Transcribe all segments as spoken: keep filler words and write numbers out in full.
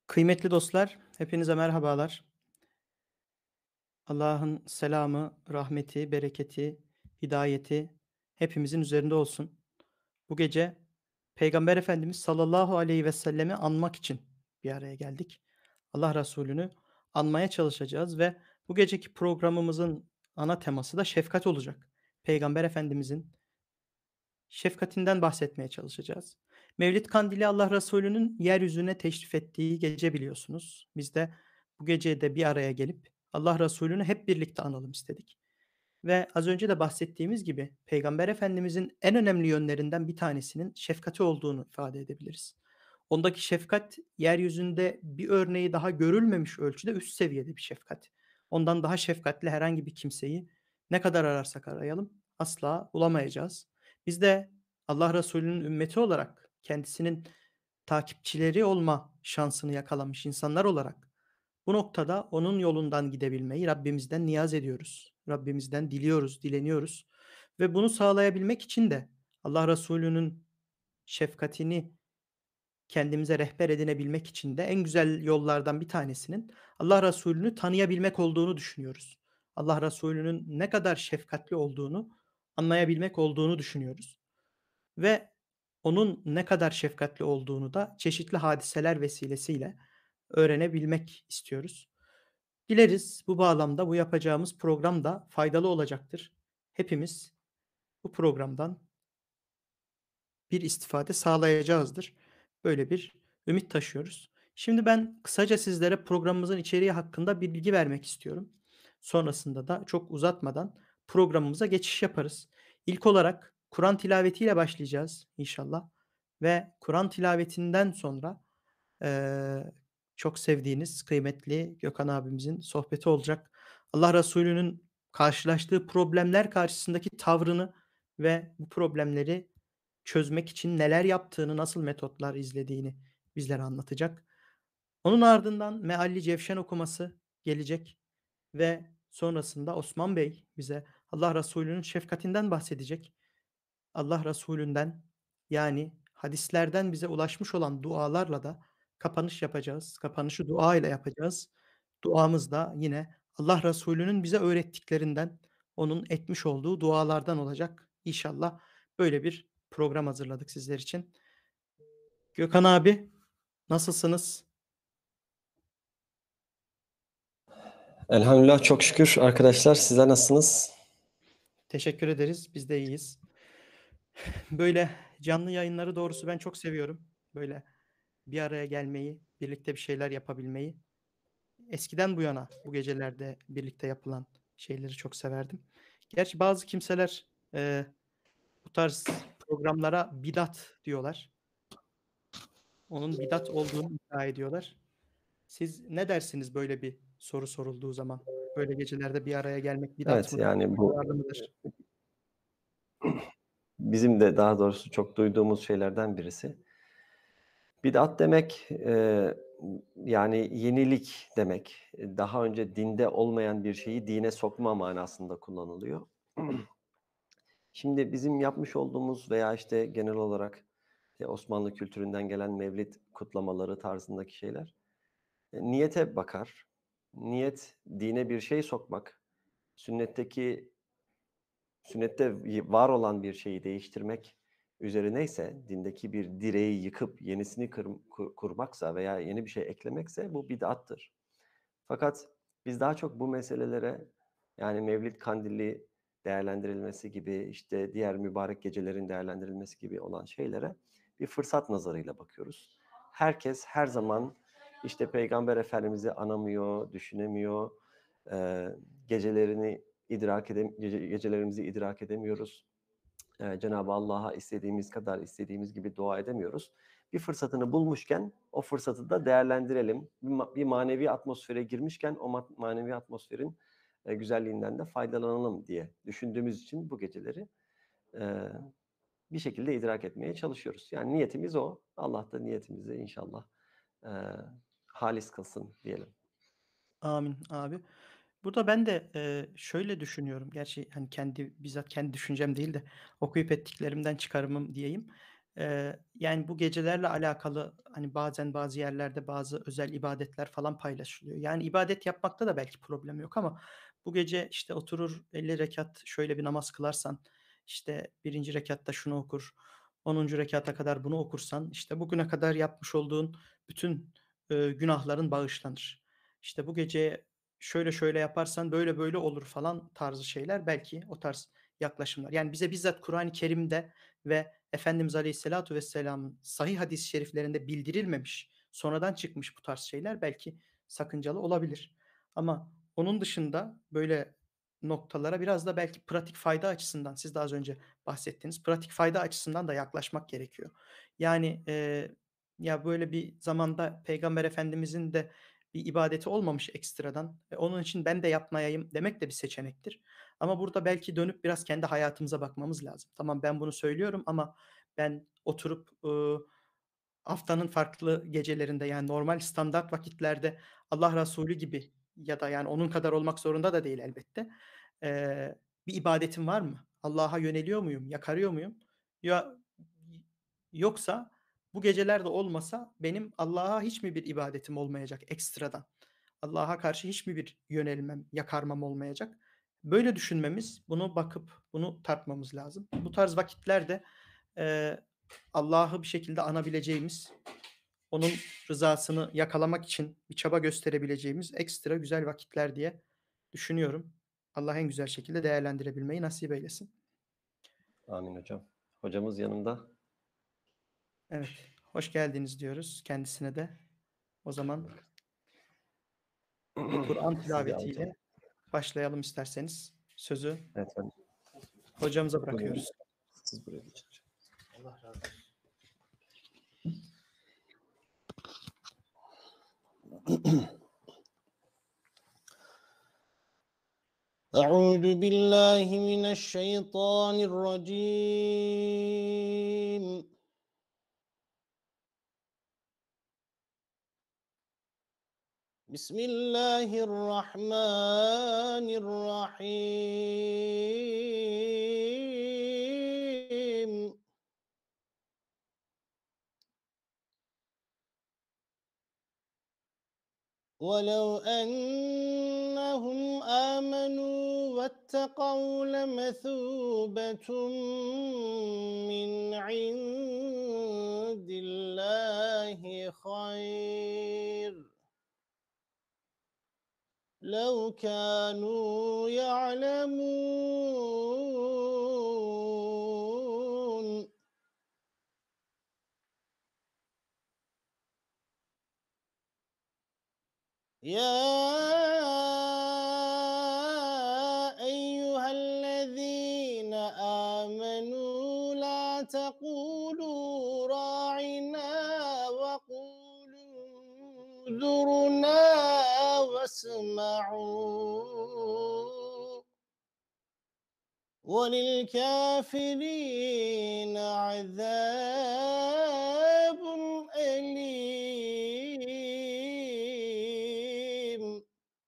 Kıymetli dostlar, hepinize merhabalar. Allah'ın selamı, rahmeti, bereketi, hidayeti hepimizin üzerinde olsun. Bu gece Peygamber Efendimiz sallallahu aleyhi ve sellemi anmak için bir araya geldik. Allah Resulü'nü anmaya çalışacağız ve bu geceki programımızın ana teması da şefkat olacak. Peygamber Efendimizin şefkatinden bahsetmeye çalışacağız. Mevlid Kandili Allah Resulü'nün yeryüzüne teşrif ettiği gece biliyorsunuz. Biz de bu geceye de bir araya gelip Allah Resulü'nü hep birlikte analım istedik. Ve az önce de bahsettiğimiz gibi Peygamber Efendimizin en önemli yönlerinden bir tanesinin şefkati olduğunu ifade edebiliriz. Ondaki şefkat yeryüzünde bir örneği daha görülmemiş ölçüde üst seviyede bir şefkat. Ondan daha şefkatli herhangi bir kimseyi ne kadar ararsak arayalım asla bulamayacağız. Biz de Allah Resulü'nün ümmeti olarak kendisinin takipçileri olma şansını yakalamış insanlar olarak bu noktada onun yolundan gidebilmeyi Rabbimizden niyaz ediyoruz. Rabbimizden diliyoruz, dileniyoruz ve bunu sağlayabilmek için de Allah Resulü'nün şefkatini kendimize rehber edinebilmek için de en güzel yollardan bir tanesinin Allah Resulü'nü tanıyabilmek olduğunu düşünüyoruz. Allah Resulü'nün ne kadar şefkatli olduğunu anlayabilmek olduğunu düşünüyoruz ve onun ne kadar şefkatli olduğunu da çeşitli hadiseler vesilesiyle öğrenebilmek istiyoruz. Dileriz bu bağlamda bu yapacağımız program da faydalı olacaktır. Hepimiz bu programdan bir istifade sağlayacağızdır. Böyle bir ümit taşıyoruz. Şimdi ben kısaca sizlere programımızın içeriği hakkında bilgi vermek istiyorum. Sonrasında da çok uzatmadan programımıza geçiş yaparız. İlk olarak Kur'an tilavetiyle başlayacağız inşallah ve Kur'an tilavetinden sonra Eee, çok sevdiğiniz kıymetli Gökhan abimizin sohbeti olacak. Allah Resulü'nün karşılaştığı problemler karşısındaki tavrını ve bu problemleri çözmek için neler yaptığını, nasıl metotlar izlediğini bizlere anlatacak. Onun ardından mealli cevşen okuması gelecek ve sonrasında Osman Bey bize Allah Resulü'nün şefkatinden bahsedecek. Allah Resulünden, yani hadislerden bize ulaşmış olan dualarla da kapanış yapacağız. Kapanışı dua ile yapacağız. Duamız da yine Allah Resulü'nün bize öğrettiklerinden, onun etmiş olduğu dualardan olacak. İnşallah böyle bir program hazırladık sizler için. Gökhan abi, nasılsınız? Elhamdülillah çok şükür arkadaşlar. Sizler nasılsınız? Teşekkür ederiz. Biz de iyiyiz. Böyle canlı yayınları doğrusu ben çok seviyorum. Böyle bir araya gelmeyi, birlikte bir şeyler yapabilmeyi. Eskiden bu yana bu gecelerde birlikte yapılan şeyleri çok severdim. Gerçi bazı kimseler, eee, bu tarz programlara bidat diyorlar. Onun bidat olduğunu iddia ediyorlar. Siz ne dersiniz böyle bir soru sorulduğu zaman? Böyle gecelerde bir araya gelmek bidat Evet, mıdır, yani bu yararlı mıdır? bizim de daha doğrusu çok duyduğumuz şeylerden birisi. Bid'at demek, eee, yani yenilik demek. Daha önce dinde olmayan bir şeyi dine sokma manasında kullanılıyor. Şimdi bizim yapmış olduğumuz veya işte genel olarak işte Osmanlı kültüründen gelen mevlid kutlamaları tarzındaki şeyler, e, niyete bakar. Niyet dine bir şey sokmak, sünnetteki sünnette var olan bir şeyi değiştirmek üzerineyse, dindeki bir direği yıkıp yenisini kır, kur- kurmaksa veya yeni bir şey eklemekse bu bid'attır. Fakat biz daha çok bu meselelere, yani Mevlid Kandili değerlendirilmesi gibi, işte diğer mübarek gecelerin değerlendirilmesi gibi olan şeylere bir fırsat nazarıyla bakıyoruz. Herkes her zaman işte Peygamber Efendimiz'i anamıyor, düşünemiyor, e, gecelerini idrak edem gece, gecelerimizi idrak edemiyoruz. Eee, Cenab-ı Allah'a istediğimiz kadar, istediğimiz gibi dua edemiyoruz. Bir fırsatını bulmuşken o fırsatı da değerlendirelim. Bir, ma- bir manevi atmosfere girmişken o ma- manevi atmosferin e, güzelliğinden de faydalanalım diye düşündüğümüz için bu geceleri e, bir şekilde idrak etmeye çalışıyoruz. Yani niyetimiz o. Allah da niyetimizi inşallah e, halis kılsın diyelim. Amin abi. Burada ben de, eee, şöyle düşünüyorum. Gerçi, hani, kendi bizzat kendi düşüncem değil de okuyup ettiklerimden çıkarımım diyeyim. Eee, yani, bu gecelerle alakalı, hani, bazen bazı yerlerde bazı özel ibadetler falan paylaşılıyor. Yani, ibadet yapmakta da belki problem yok ama bu gece, işte, oturur elli rekat şöyle bir namaz kılarsan, işte, birinci rekatta şunu okur, onuncu rekâta kadar bunu okursan, işte, bugüne kadar yapmış olduğun bütün, eee, günahların bağışlanır. İşte, bu gece şöyle şöyle yaparsan böyle böyle olur falan tarzı şeyler belki o tarz yaklaşımlar. Yani, bize bizzat Kur'an-ı Kerim'de ve Efendimiz Aleyhisselatü Vesselam'ın sahih hadis-i şeriflerinde bildirilmemiş, sonradan çıkmış bu tarz şeyler belki sakıncalı olabilir. Ama onun dışında böyle noktalara biraz da belki pratik fayda açısından, siz de az önce bahsettiniz, pratik fayda açısından da yaklaşmak gerekiyor. Yani, eee, ya, böyle bir zamanda Peygamber Efendimizin de bir ibadeti olmamış ekstradan. E, onun için ben de yapmayayım demek de bir seçenektir. Ama burada belki dönüp biraz kendi hayatımıza bakmamız lazım. Tamam, ben bunu söylüyorum ama ben oturup, ııı, haftanın farklı gecelerinde, yani normal standart vakitlerde Allah Resulü gibi ya da yani onun kadar olmak zorunda da değil elbette. Eee, bir ibadetim var mı? Allah'a yöneliyor muyum? Yakarıyor muyum? Ya yoksa bu geceler de olmasa benim Allah'a hiç mi bir ibadetim olmayacak ekstradan? Allah'a karşı hiç mi bir yönelmem, yakarmam olmayacak? Böyle düşünmemiz, bunu bakıp bunu tartmamız lazım. Bu tarz vakitlerde, eee, Allah'ı bir şekilde anabileceğimiz, onun rızasını yakalamak için bir çaba gösterebileceğimiz ekstra güzel vakitler diye düşünüyorum. Allah en güzel şekilde değerlendirebilmeyi nasip eylesin. Amin hocam. Hocamız yanımda. Evet, hoş geldiniz diyoruz kendisine de. O zaman bir Kur'an Sizi alacağım. tilavetiyle başlayalım isterseniz. Sözü Evet, ben hocamıza buyurun. bırakıyoruz. Siz buraya geçin hocam. Allah razı olsun. أعوذ بالله من الشيطان الرجيم بسم الله الرحمن الرحيم ولو أنهم آمنوا واتقوا لمثوبة من عند الله خير لو كانوا يعلمون يا أيها الذين آمنوا لا تقولوا راعنا وقولوا انظرنا واسمعوا وللكافرين عذاب أليم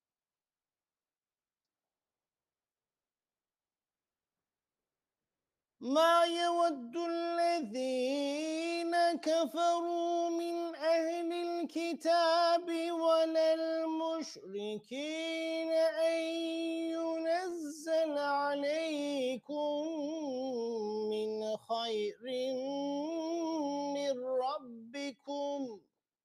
ما يود الذين كفروا من أهل الكتاب ولا المشركين أن ينزل عليكم من خير من ربكم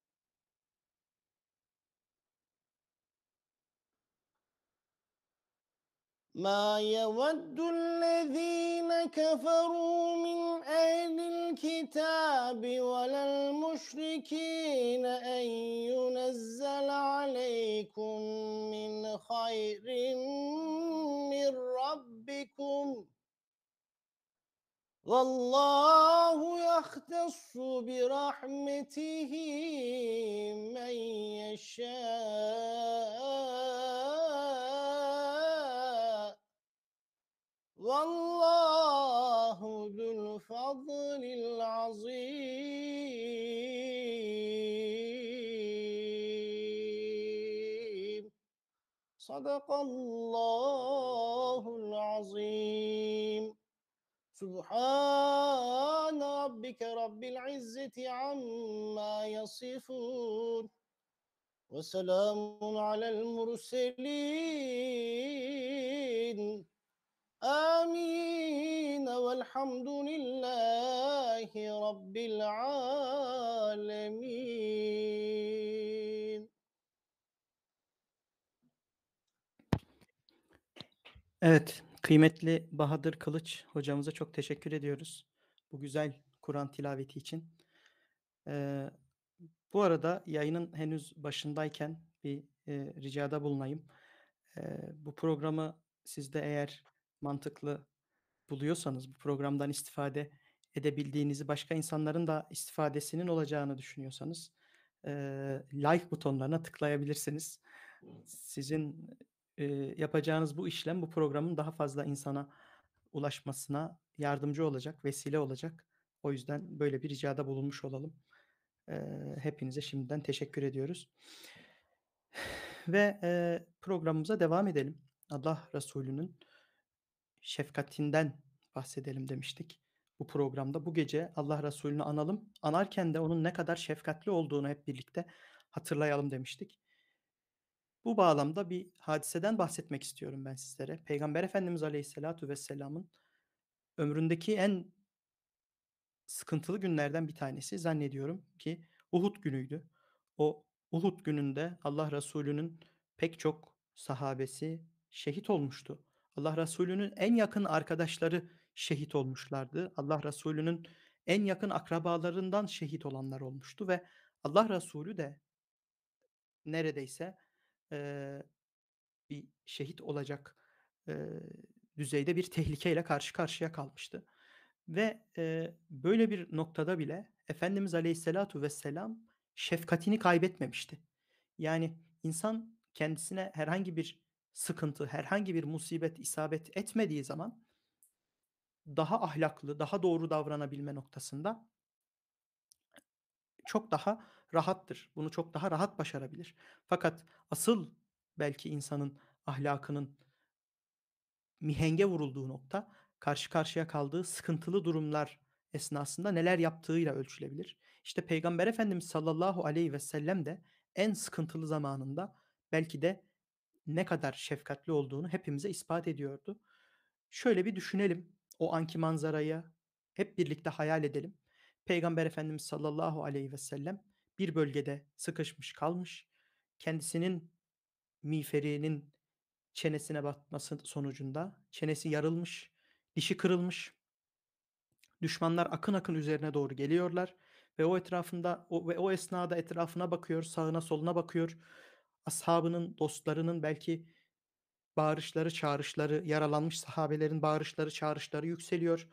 ما يود الذين كفروا من أهل الكتاب ولا المشركين أن ينزل عليكم من خير من ربكم والله يختص برحمته من يشاء والله ذو الفضل العظيم صدق الله العظيم سبحان ربك رب العزة عما يصفون وسلام على المرسلين آمين والحمد لله رب العالمين. Evet, kıymetli Bahadır Kılıç hocamıza çok teşekkür ediyoruz bu güzel Kur'an tilaveti için. Eee, bu arada yayının henüz başındayken bir, eee, ricada bulunayım. Eee, bu programı siz de eğer mantıklı buluyorsanız, bu programdan istifade edebildiğinizi, başka insanların da istifadesinin olacağını düşünüyorsanız, eee, like butonlarına tıklayabilirsiniz. Sizin, eee, yapacağınız bu işlem bu programın daha fazla insana ulaşmasına yardımcı olacak, vesile olacak. O yüzden böyle bir ricada bulunmuş olalım. Eee, hepinize şimdiden teşekkür ediyoruz. Ve, eee, programımıza devam edelim. Allah Resulü'nün şefkatinden bahsedelim demiştik bu programda. Bu gece Allah Resulü'nü analım. Anarken de onun ne kadar şefkatli olduğunu hep birlikte hatırlayalım demiştik. Bu bağlamda bir hadiseden bahsetmek istiyorum ben sizlere. Peygamber Efendimiz Aleyhisselatü Vesselam'ın ömründeki en sıkıntılı günlerden bir tanesi zannediyorum ki Uhud günüydü. O Uhud gününde Allah Resulü'nün pek çok sahabesi şehit olmuştu. Allah Resulü'nün en yakın arkadaşları şehit olmuşlardı. Allah Resulü'nün en yakın akrabalarından şehit olanlar olmuştu ve Allah Resulü de neredeyse, eee, bir şehit olacak, eee, düzeyde bir tehlikeyle karşı karşıya kalmıştı. Ve, eee, böyle bir noktada bile Efendimiz Aleyhisselatu Vesselam şefkatini kaybetmemişti. Yani insan kendisine herhangi bir sıkıntı, herhangi bir musibet isabet etmediği zaman daha ahlaklı, daha doğru davranabilme noktasında çok daha rahattır. Bunu çok daha rahat başarabilir. Fakat asıl belki insanın ahlakının mihenge vurulduğu nokta, karşı karşıya kaldığı sıkıntılı durumlar esnasında neler yaptığıyla ölçülebilir. İşte Peygamber Efendimiz sallallahu aleyhi ve sellem de en sıkıntılı zamanında belki de ne kadar şefkatli olduğunu hepimize ispat ediyordu. Şöyle bir düşünelim o anki manzarayı hep birlikte hayal edelim. Peygamber Efendimiz sallallahu aleyhi ve sellem bir bölgede sıkışmış kalmış. Kendisinin miğferinin çenesine batması sonucunda çenesi yarılmış, dişi kırılmış. Düşmanlar akın akın üzerine doğru geliyorlar ve o etrafında o ve o esnada etrafına bakıyor, sağına soluna bakıyor. Ashabının, dostlarının belki bağırışları, çağrışları, yaralanmış sahabelerin bağırışları, çağrışları yükseliyor.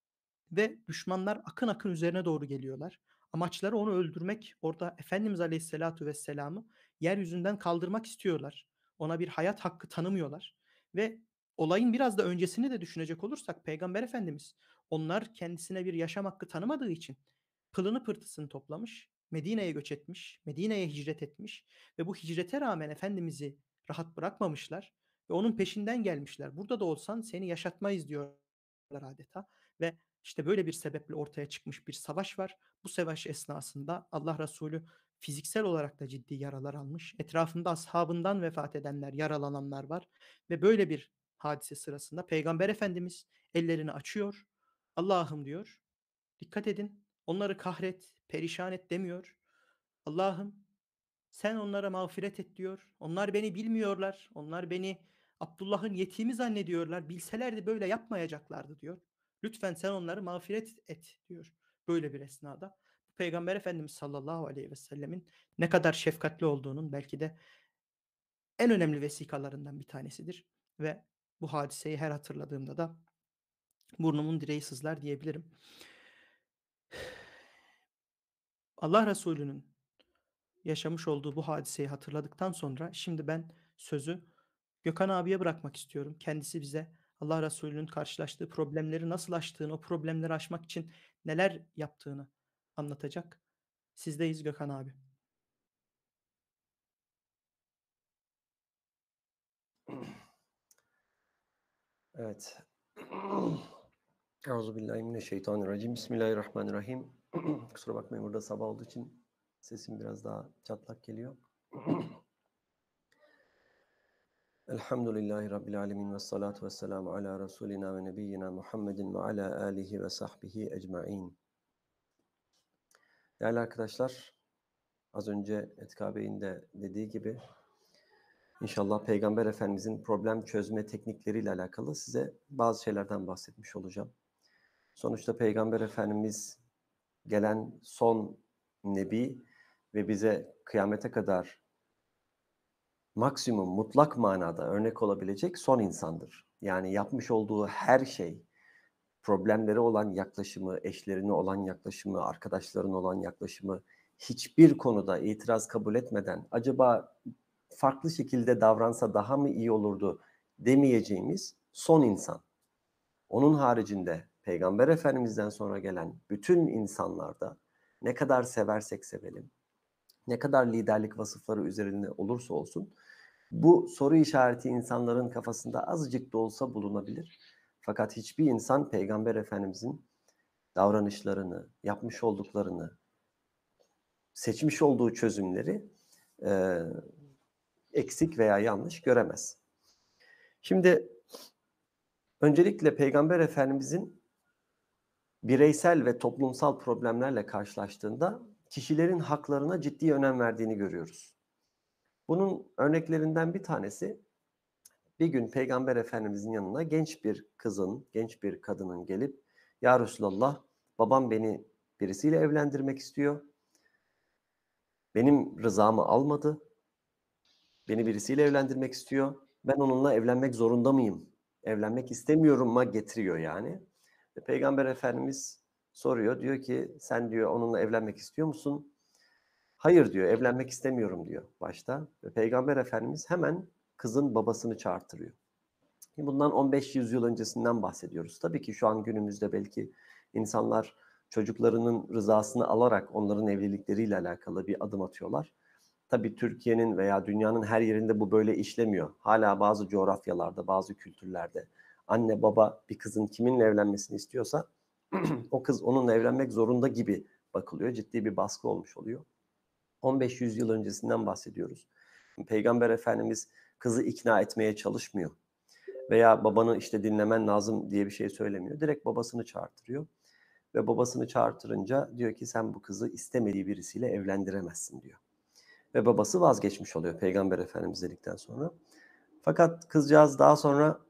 Ve düşmanlar akın akın üzerine doğru geliyorlar. Amaçları onu öldürmek. Orada Efendimiz Aleyhisselatü Vesselam'ı yeryüzünden kaldırmak istiyorlar. Ona bir hayat hakkı tanımıyorlar. Ve olayın biraz da öncesini de düşünecek olursak Peygamber Efendimiz onlar kendisine bir yaşam hakkı tanımadığı için pılını pırtısını toplamış, Medine'ye göç etmiş, Medine'ye hicret etmiş ve bu hicrete rağmen Efendimiz'i rahat bırakmamışlar ve onun peşinden gelmişler. Burada da olsan seni yaşatmayız diyorlar adeta ve işte böyle bir sebeple ortaya çıkmış bir savaş var. Bu savaş esnasında Allah Resulü fiziksel olarak da ciddi yaralar almış. Etrafında ashabından vefat edenler, yaralananlar var ve böyle bir hadise sırasında Peygamber Efendimiz ellerini açıyor. Allah'ım diyor, dikkat edin, onları kahret, perişan et demiyor. Allah'ım sen onlara mağfiret et diyor. Onlar beni bilmiyorlar. Onlar beni Abdullah'ın yetimi zannediyorlar. Bilselerdi böyle yapmayacaklardı diyor. Lütfen sen onları mağfiret et diyor. Böyle bir esnada. Peygamber Efendimiz sallallahu aleyhi ve sellemin ne kadar şefkatli olduğunun belki de en önemli vesikalarından bir tanesidir. Ve bu hadiseyi her hatırladığımda da burnumun direği sızlar diyebilirim. Allah Resulü'nün yaşamış olduğu bu hadiseyi hatırladıktan sonra şimdi ben sözü Gökhan abiye bırakmak istiyorum. Kendisi bize Allah Resulü'nün karşılaştığı problemleri nasıl aştığını, o problemleri aşmak için neler yaptığını anlatacak. Sizdeyiz Gökhan abi. Evet. Euzubillahimineşşeytanirracim. Bismillahirrahmanirrahim. Kusura bakmayın, burada sabah olduğu için sesim biraz daha çatlak geliyor. Elhamdülillahi Rabbil alemin ve salatu ve selamu ala Resulina ve Nebiyyina Muhammedin ve ala alihi ve sahbihi ecma'in. Değerli arkadaşlar, az önce Etka Bey'in de dediği gibi İnşallah Peygamber Efendimizin problem çözme teknikleriyle alakalı size bazı şeylerden bahsetmiş olacağım. Sonuçta Peygamber Efendimiz gelen son nebi ve bize kıyamete kadar maksimum mutlak manada örnek olabilecek son insandır. Yani yapmış olduğu her şey, problemleri olan yaklaşımı, eşlerine olan yaklaşımı, arkadaşlarına olan yaklaşımı, hiçbir konuda itiraz kabul etmeden acaba farklı şekilde davransa daha mı iyi olurdu demeyeceğimiz son insan. Onun haricinde Peygamber Efendimiz'den sonra gelen bütün insanlarda ne kadar seversek sevelim, ne kadar liderlik vasıfları üzerinde olursa olsun, bu soru işareti insanların kafasında azıcık da olsa bulunabilir. Fakat hiçbir insan Peygamber Efendimiz'in davranışlarını, yapmış olduklarını, seçmiş olduğu çözümleri e, eksik veya yanlış göremez. Şimdi öncelikle Peygamber Efendimiz'in bireysel ve toplumsal problemlerle karşılaştığında kişilerin haklarına ciddi önem verdiğini görüyoruz. Bunun örneklerinden bir tanesi, bir gün Peygamber Efendimiz'in yanına genç bir kızın, genç bir kadının gelip, "Ya Resulallah, babam beni birisiyle evlendirmek istiyor. Benim rızamı almadı. Beni birisiyle evlendirmek istiyor. Ben onunla evlenmek zorunda mıyım? Evlenmek istemiyorum'a getiriyor yani." Ve Peygamber Efendimiz soruyor. Diyor ki, "Sen," diyor, "onunla evlenmek istiyor musun?" "Hayır," diyor, "evlenmek istemiyorum," diyor başta. Ve Peygamber Efendimiz hemen kızın babasını çağırtırıyor. Bundan on beş yüzyıl öncesinden bahsediyoruz. Tabii ki şu an günümüzde belki insanlar çocuklarının rızasını alarak onların evlilikleriyle alakalı bir adım atıyorlar. Tabii Türkiye'nin veya dünyanın her yerinde bu böyle işlemiyor. Hala bazı coğrafyalarda, bazı kültürlerde anne baba bir kızın kiminle evlenmesini istiyorsa o kız onunla evlenmek zorunda gibi bakılıyor. Ciddi bir baskı olmuş oluyor. on beş yüzyıl öncesinden bahsediyoruz. Peygamber Efendimiz kızı ikna etmeye çalışmıyor. Veya babanı işte dinlemen lazım diye bir şey söylemiyor. Direkt babasını çağırtırıyor. Ve babasını çağırtırınca diyor ki, "Sen bu kızı istemediği birisiyle evlendiremezsin," diyor. Ve babası vazgeçmiş oluyor Peygamber Efendimiz dedikten sonra. Fakat kızcağız daha sonra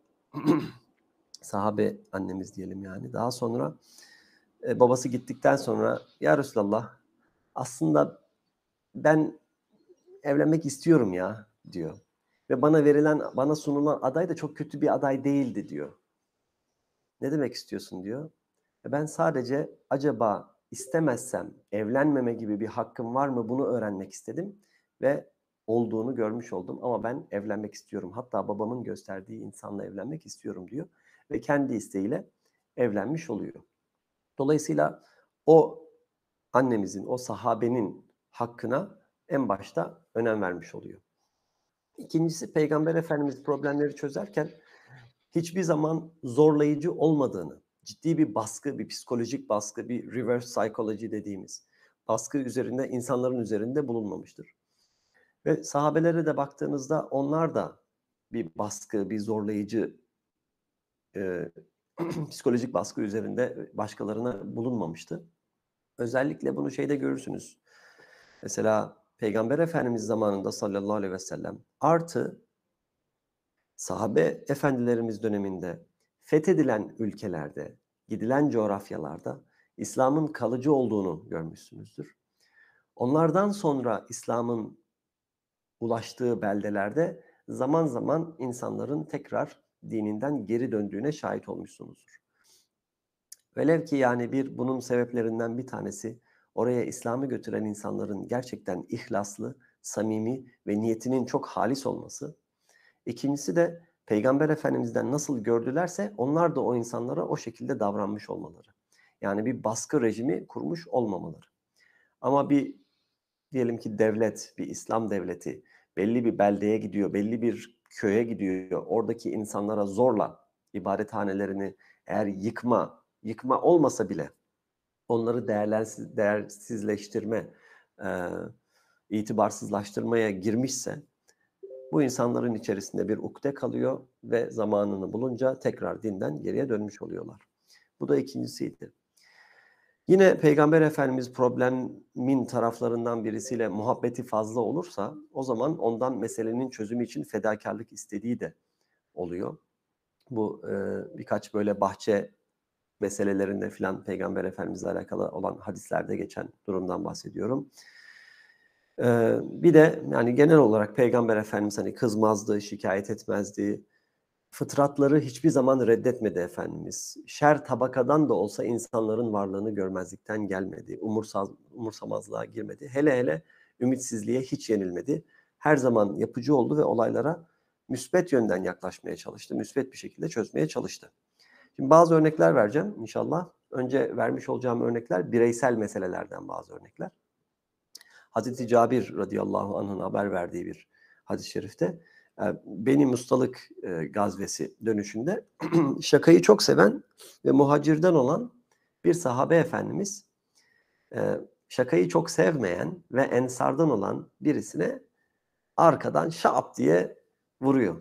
sahabe annemiz diyelim yani, daha sonra e, babası gittikten sonra, "Ya Resulallah, aslında ben evlenmek istiyorum ya," diyor. "Ve bana verilen, bana sunulan aday da çok kötü bir aday değildi," diyor. "Ne demek istiyorsun?" diyor. "Ben sadece acaba istemezsem evlenmeme gibi bir hakkım var mı, bunu öğrenmek istedim ve olduğunu görmüş oldum ama ben evlenmek istiyorum. Hatta babamın gösterdiği insanla evlenmek istiyorum," diyor. Ve kendi isteğiyle evlenmiş oluyor. Dolayısıyla o annemizin, o sahabenin hakkına en başta önem vermiş oluyor. İkincisi, Peygamber Efendimiz problemleri çözerken hiçbir zaman zorlayıcı olmadığını, ciddi bir baskı, bir psikolojik baskı, bir reverse psychology dediğimiz baskı üzerinde, insanların üzerinde bulunmamıştır. Ve sahabelere de baktığınızda onlar da bir baskı, bir zorlayıcı e, psikolojik baskı üzerinde başkalarına bulunmamıştı. Özellikle bunu şeyde görürsünüz. Mesela Peygamber Efendimiz zamanında sallallahu aleyhi ve sellem artı sahabe efendilerimiz döneminde fethedilen ülkelerde, gidilen coğrafyalarda İslam'ın kalıcı olduğunu görmüşsünüzdür. Onlardan sonra İslam'ın ulaştığı beldelerde zaman zaman insanların tekrar dininden geri döndüğüne şahit olmuşsunuzdur. Velev ki yani bir bunun sebeplerinden bir tanesi oraya İslam'ı götüren insanların gerçekten ihlaslı, samimi ve niyetinin çok halis olması. İkincisi de Peygamber Efendimiz'den nasıl gördülerse onlar da o insanlara o şekilde davranmış olmaları. Yani bir baskı rejimi kurmuş olmamaları. Ama bir diyelim ki devlet, bir İslam devleti belli bir beldeye gidiyor, belli bir köye gidiyor. Oradaki insanlara zorla ibadethanelerini eğer yıkma yıkma olmasa bile onları değerlensiz, değersizleştirme, e, itibarsızlaştırmaya girmişse bu insanların içerisinde bir ukde kalıyor ve zamanını bulunca tekrar dinden geriye dönmüş oluyorlar. Bu da ikincisiydi. Yine Peygamber Efendimiz problemin taraflarından birisiyle muhabbeti fazla olursa o zaman ondan meselenin çözümü için fedakarlık istediği de oluyor. Bu e, birkaç böyle bahçe meselelerinde filan Peygamber Efendimizle alakalı olan hadislerde geçen durumdan bahsediyorum. Ee, bir de yani genel olarak Peygamber Efendimiz hani kızmazdı, şikayet etmezdi. Fıtratları hiçbir zaman reddetmedi Efendimiz. Şer tabakadan da olsa insanların varlığını görmezlikten gelmedi. Umursaz, umursamazlığa girmedi. Hele hele ümitsizliğe hiç yenilmedi. Her zaman yapıcı oldu ve olaylara müsbet yönden yaklaşmaya çalıştı. Müsbet bir şekilde çözmeye çalıştı. Şimdi bazı örnekler vereceğim inşallah. Önce vermiş olacağım örnekler bireysel meselelerden bazı örnekler. Hazreti Cabir radıyallahu anh'ın haber verdiği bir hadis-i şerifte Beni Mustalık gazvesi dönüşünde şakayı çok seven ve muhacirden olan bir sahabe efendimiz şakayı çok sevmeyen ve ensardan olan birisine arkadan şap diye vuruyor.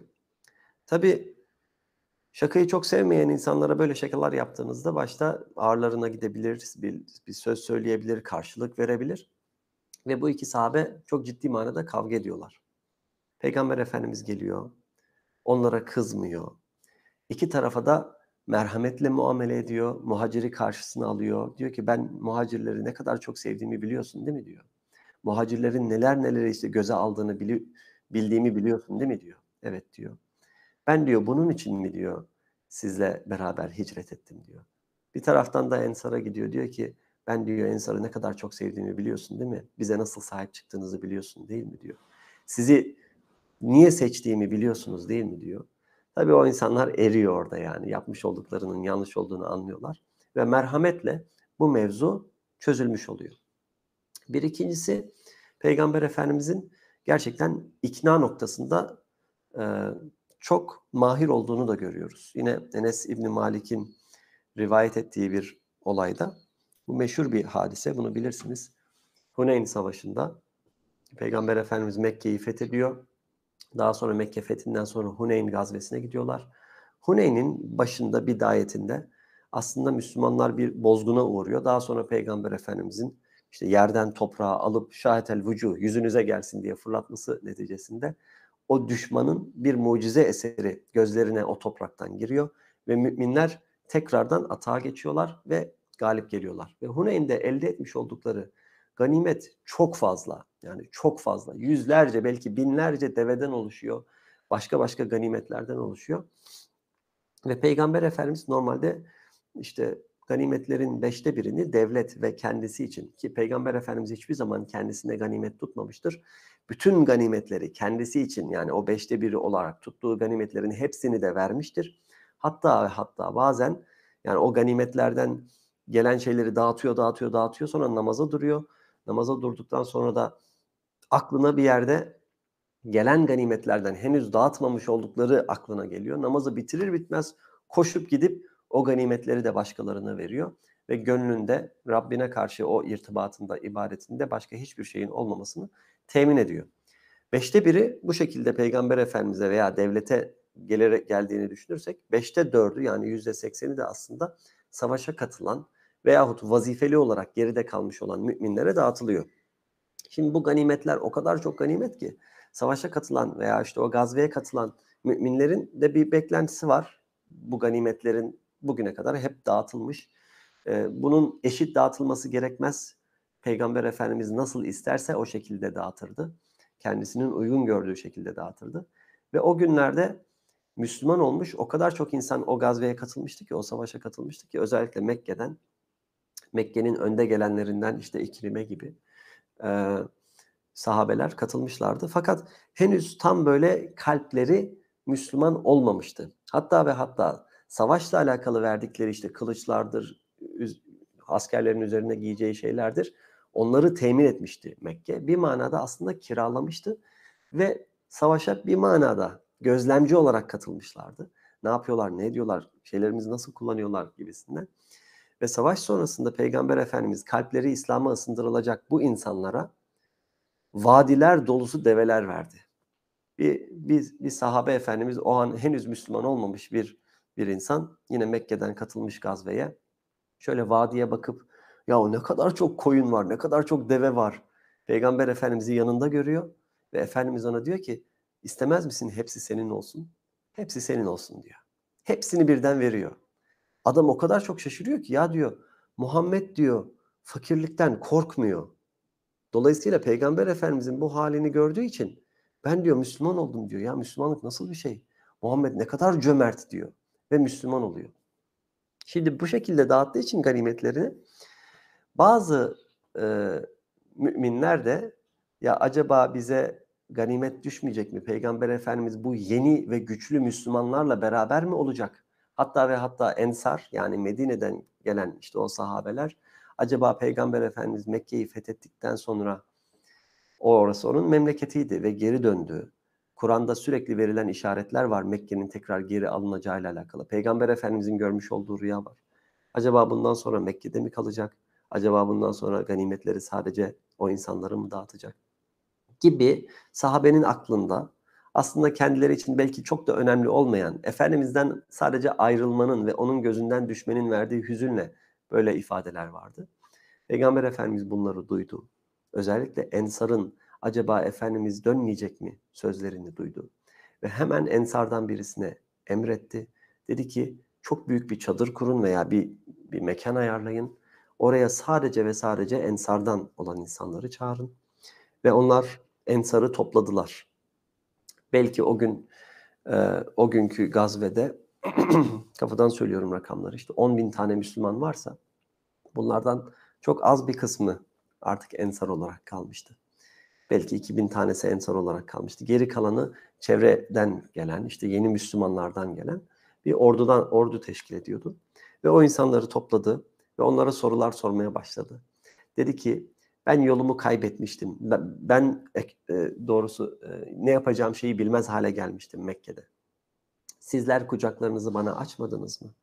Tabii şakayı çok sevmeyen insanlara böyle şakalar yaptığınızda başta ağırlarına gidebilir, bir, bir söz söyleyebilir, karşılık verebilir. Ve bu iki sahabe çok ciddi manada kavga ediyorlar. Peygamber Efendimiz geliyor, onlara kızmıyor. İki tarafa da merhametle muamele ediyor, muhaciri karşısına alıyor. Diyor ki ben muhacirleri ne kadar çok sevdiğimi biliyorsun değil mi diyor. Muhacirlerin neler neler işte göze aldığını bili, bildiğimi biliyorsun değil mi diyor. Evet diyor. Ben diyor bunun için mi diyor sizle beraber hicret ettim diyor. Bir taraftan da Ensar'a gidiyor diyor ki ben diyor Ensar'ı ne kadar çok sevdiğimi biliyorsun değil mi? Bize nasıl sahip çıktığınızı biliyorsun değil mi diyor. Sizi niye seçtiğimi biliyorsunuz değil mi diyor. Tabii o insanlar eriyor orada yani yapmış olduklarının yanlış olduğunu anlıyorlar. Ve merhametle bu mevzu çözülmüş oluyor. Bir ikincisi Peygamber Efendimizin gerçekten ikna noktasında e, çok mahir olduğunu da görüyoruz. Yine Enes İbni Malik'in rivayet ettiği bir olayda bu meşhur bir hadise, bunu bilirsiniz. Huneyn Savaşı'nda Peygamber Efendimiz Mekke'yi fethediyor. Daha sonra Mekke fethinden sonra Huneyn gazvesine gidiyorlar. Huneyn'in başında bidayetinde aslında Müslümanlar bir bozguna uğruyor. Daha sonra Peygamber Efendimizin işte yerden toprağı alıp şahetel vücuh yüzünüze gelsin diye fırlatması neticesinde o düşmanın bir mucize eseri gözlerine o topraktan giriyor ve müminler tekrardan atağa geçiyorlar ve galip geliyorlar. Ve Huneyn'de elde etmiş oldukları ganimet çok fazla. Yani çok fazla. Yüzlerce belki binlerce deveden oluşuyor. Başka başka ganimetlerden oluşuyor. Ve Peygamber Efendimiz normalde işte ganimetlerin beşte birini devlet ve kendisi için ki Peygamber Efendimiz hiçbir zaman kendisine ganimet tutmamıştır. Bütün ganimetleri kendisi için yani o beşte biri olarak tuttuğu ganimetlerin hepsini de vermiştir. Hatta ve hatta bazen yani o ganimetlerden gelen şeyleri dağıtıyor, dağıtıyor, dağıtıyor sonra namaza duruyor. Namaza durduktan sonra da aklına bir yerde gelen ganimetlerden henüz dağıtmamış oldukları aklına geliyor. Namazı bitirir bitmez koşup gidip o ganimetleri de başkalarına veriyor. Ve gönlünde Rabbine karşı o irtibatında, ibadetinde başka hiçbir şeyin olmamasını temin ediyor. Beşte biri bu şekilde Peygamber Efendimiz'e veya devlete gelerek geldiğini düşünürsek, beşte dördü yani yüzde sekseni de aslında savaşa katılan veyahut vazifeli olarak geride kalmış olan müminlere dağıtılıyor. Şimdi bu ganimetler o kadar çok ganimet ki savaşa katılan veya işte o gazveye katılan müminlerin de bir beklentisi var. Bu ganimetlerin bugüne kadar hep dağıtılmış. Ee, bunun eşit dağıtılması gerekmez. Peygamber Efendimiz nasıl isterse o şekilde dağıtırdı. Kendisinin uygun gördüğü şekilde dağıtırdı. Ve o günlerde Müslüman olmuş o kadar çok insan o gazveye katılmıştı ki, o savaşa katılmıştı ki özellikle Mekke'den, Mekke'nin önde gelenlerinden işte İkrime gibi e, sahabeler katılmışlardı. Fakat henüz tam böyle kalpleri Müslüman olmamıştı. Hatta ve hatta savaşla alakalı verdikleri işte kılıçlardır, askerlerin üzerine giyeceği şeylerdir. Onları temin etmişti Mekke. Bir manada aslında kiralamıştı ve savaşa bir manada gözlemci olarak katılmışlardı. Ne yapıyorlar, ne ediyorlar, şeylerimizi nasıl kullanıyorlar gibisinden. Ve savaş sonrasında Peygamber Efendimiz kalpleri İslam'a ısındırılacak bu insanlara vadiler dolusu develer verdi. Bir, bir, bir sahabe efendimiz o an henüz Müslüman olmamış bir bir insan yine Mekke'den katılmış gazveye. Şöyle vadiye bakıp ya ne kadar çok koyun var, ne kadar çok deve var. Peygamber Efendimiz'i yanında görüyor ve Efendimiz ona diyor ki istemez misin hepsi senin olsun? Hepsi senin olsun diyor. Hepsini birden veriyor. Adam o kadar çok şaşırıyor ki ya diyor Muhammed diyor fakirlikten korkmuyor. Dolayısıyla Peygamber Efendimizin bu halini gördüğü için ben diyor Müslüman oldum diyor. Ya Müslümanlık nasıl bir şey? Muhammed ne kadar cömert diyor ve Müslüman oluyor. Şimdi bu şekilde dağıttığı için ganimetlerini bazı e, müminler de ya acaba bize ganimet düşmeyecek mi? Peygamber Efendimiz bu yeni ve güçlü Müslümanlarla beraber mi olacak? Hatta ve hatta Ensar yani Medine'den gelen işte o sahabeler acaba Peygamber Efendimiz Mekke'yi fethettikten sonra o orası onun memleketiydi ve geri döndü. Kur'an'da sürekli verilen işaretler var Mekke'nin tekrar geri alınacağıyla alakalı. Peygamber Efendimizin görmüş olduğu rüya var. Acaba bundan sonra Mekke'de mi kalacak? Acaba bundan sonra ganimetleri sadece o insanları mı dağıtacak? Gibi sahabenin aklında aslında kendileri için belki çok da önemli olmayan, Efendimiz'den sadece ayrılmanın ve onun gözünden düşmenin verdiği hüzünle böyle ifadeler vardı. Peygamber Efendimiz bunları duydu. Özellikle Ensar'ın acaba Efendimiz dönmeyecek mi sözlerini duydu. Ve hemen Ensar'dan birisine emretti. Dedi ki çok büyük bir çadır kurun veya bir, bir mekan ayarlayın. Oraya sadece ve sadece Ensar'dan olan insanları çağırın. Ve onlar Ensar'ı topladılar. Belki o gün e, o günkü gazvede kafadan söylüyorum rakamları işte on bin tane Müslüman varsa bunlardan çok az bir kısmı artık Ensar olarak kalmıştı. Belki iki bin tanesi Ensar olarak kalmıştı. Geri kalanı çevreden gelen, işte yeni Müslümanlardan gelen bir ordudan ordu teşkil ediyordu. Ve o insanları topladı ve onlara sorular sormaya başladı. Dedi ki ben yolumu kaybetmiştim. Ben, ben e, doğrusu e, ne yapacağım şeyi bilmez hale gelmiştim Mekke'de. Sizler kucaklarınızı bana açmadınız mı?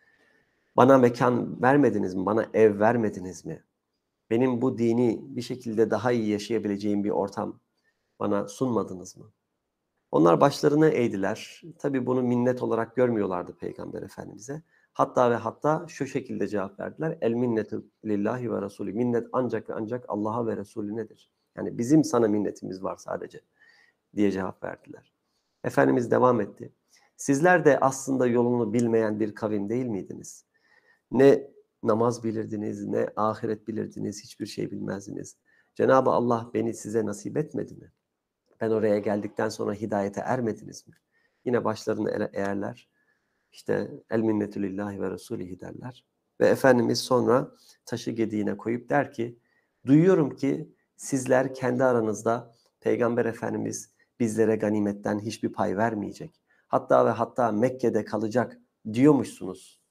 Bana mekan vermediniz mi? Bana ev vermediniz mi? Benim bu dini bir şekilde daha iyi yaşayabileceğim bir ortam bana sunmadınız mı? Onlar başlarını eğdiler. Tabii bunu minnet olarak görmüyorlardı Peygamber Efendimiz'e. Hatta ve hatta şu şekilde cevap verdiler. El minnetu lillahi ve Resulü. Minnet ancak ve ancak Allah'a ve Resulünedir. Yani bizim sana minnetimiz var sadece diye cevap verdiler. Efendimiz devam etti. Sizler de aslında yolunu bilmeyen bir kavim değil miydiniz? Ne namaz bilirdiniz, ne ahiret bilirdiniz, hiçbir şey bilmezdiniz. Cenab-ı Allah beni size nasip etmedi mi? Ben oraya geldikten sonra hidayete ermediniz mi? Yine başlarını eğerler. İşte el minnetü lillahi ve Resulihi derler. Ve Efendimiz sonra taşı gediğine koyup der ki, duyuyorum ki sizler kendi aranızda Peygamber Efendimiz bizlere ganimetten hiçbir pay vermeyecek. Hatta ve hatta Mekke'de kalacak diyormuşsunuz.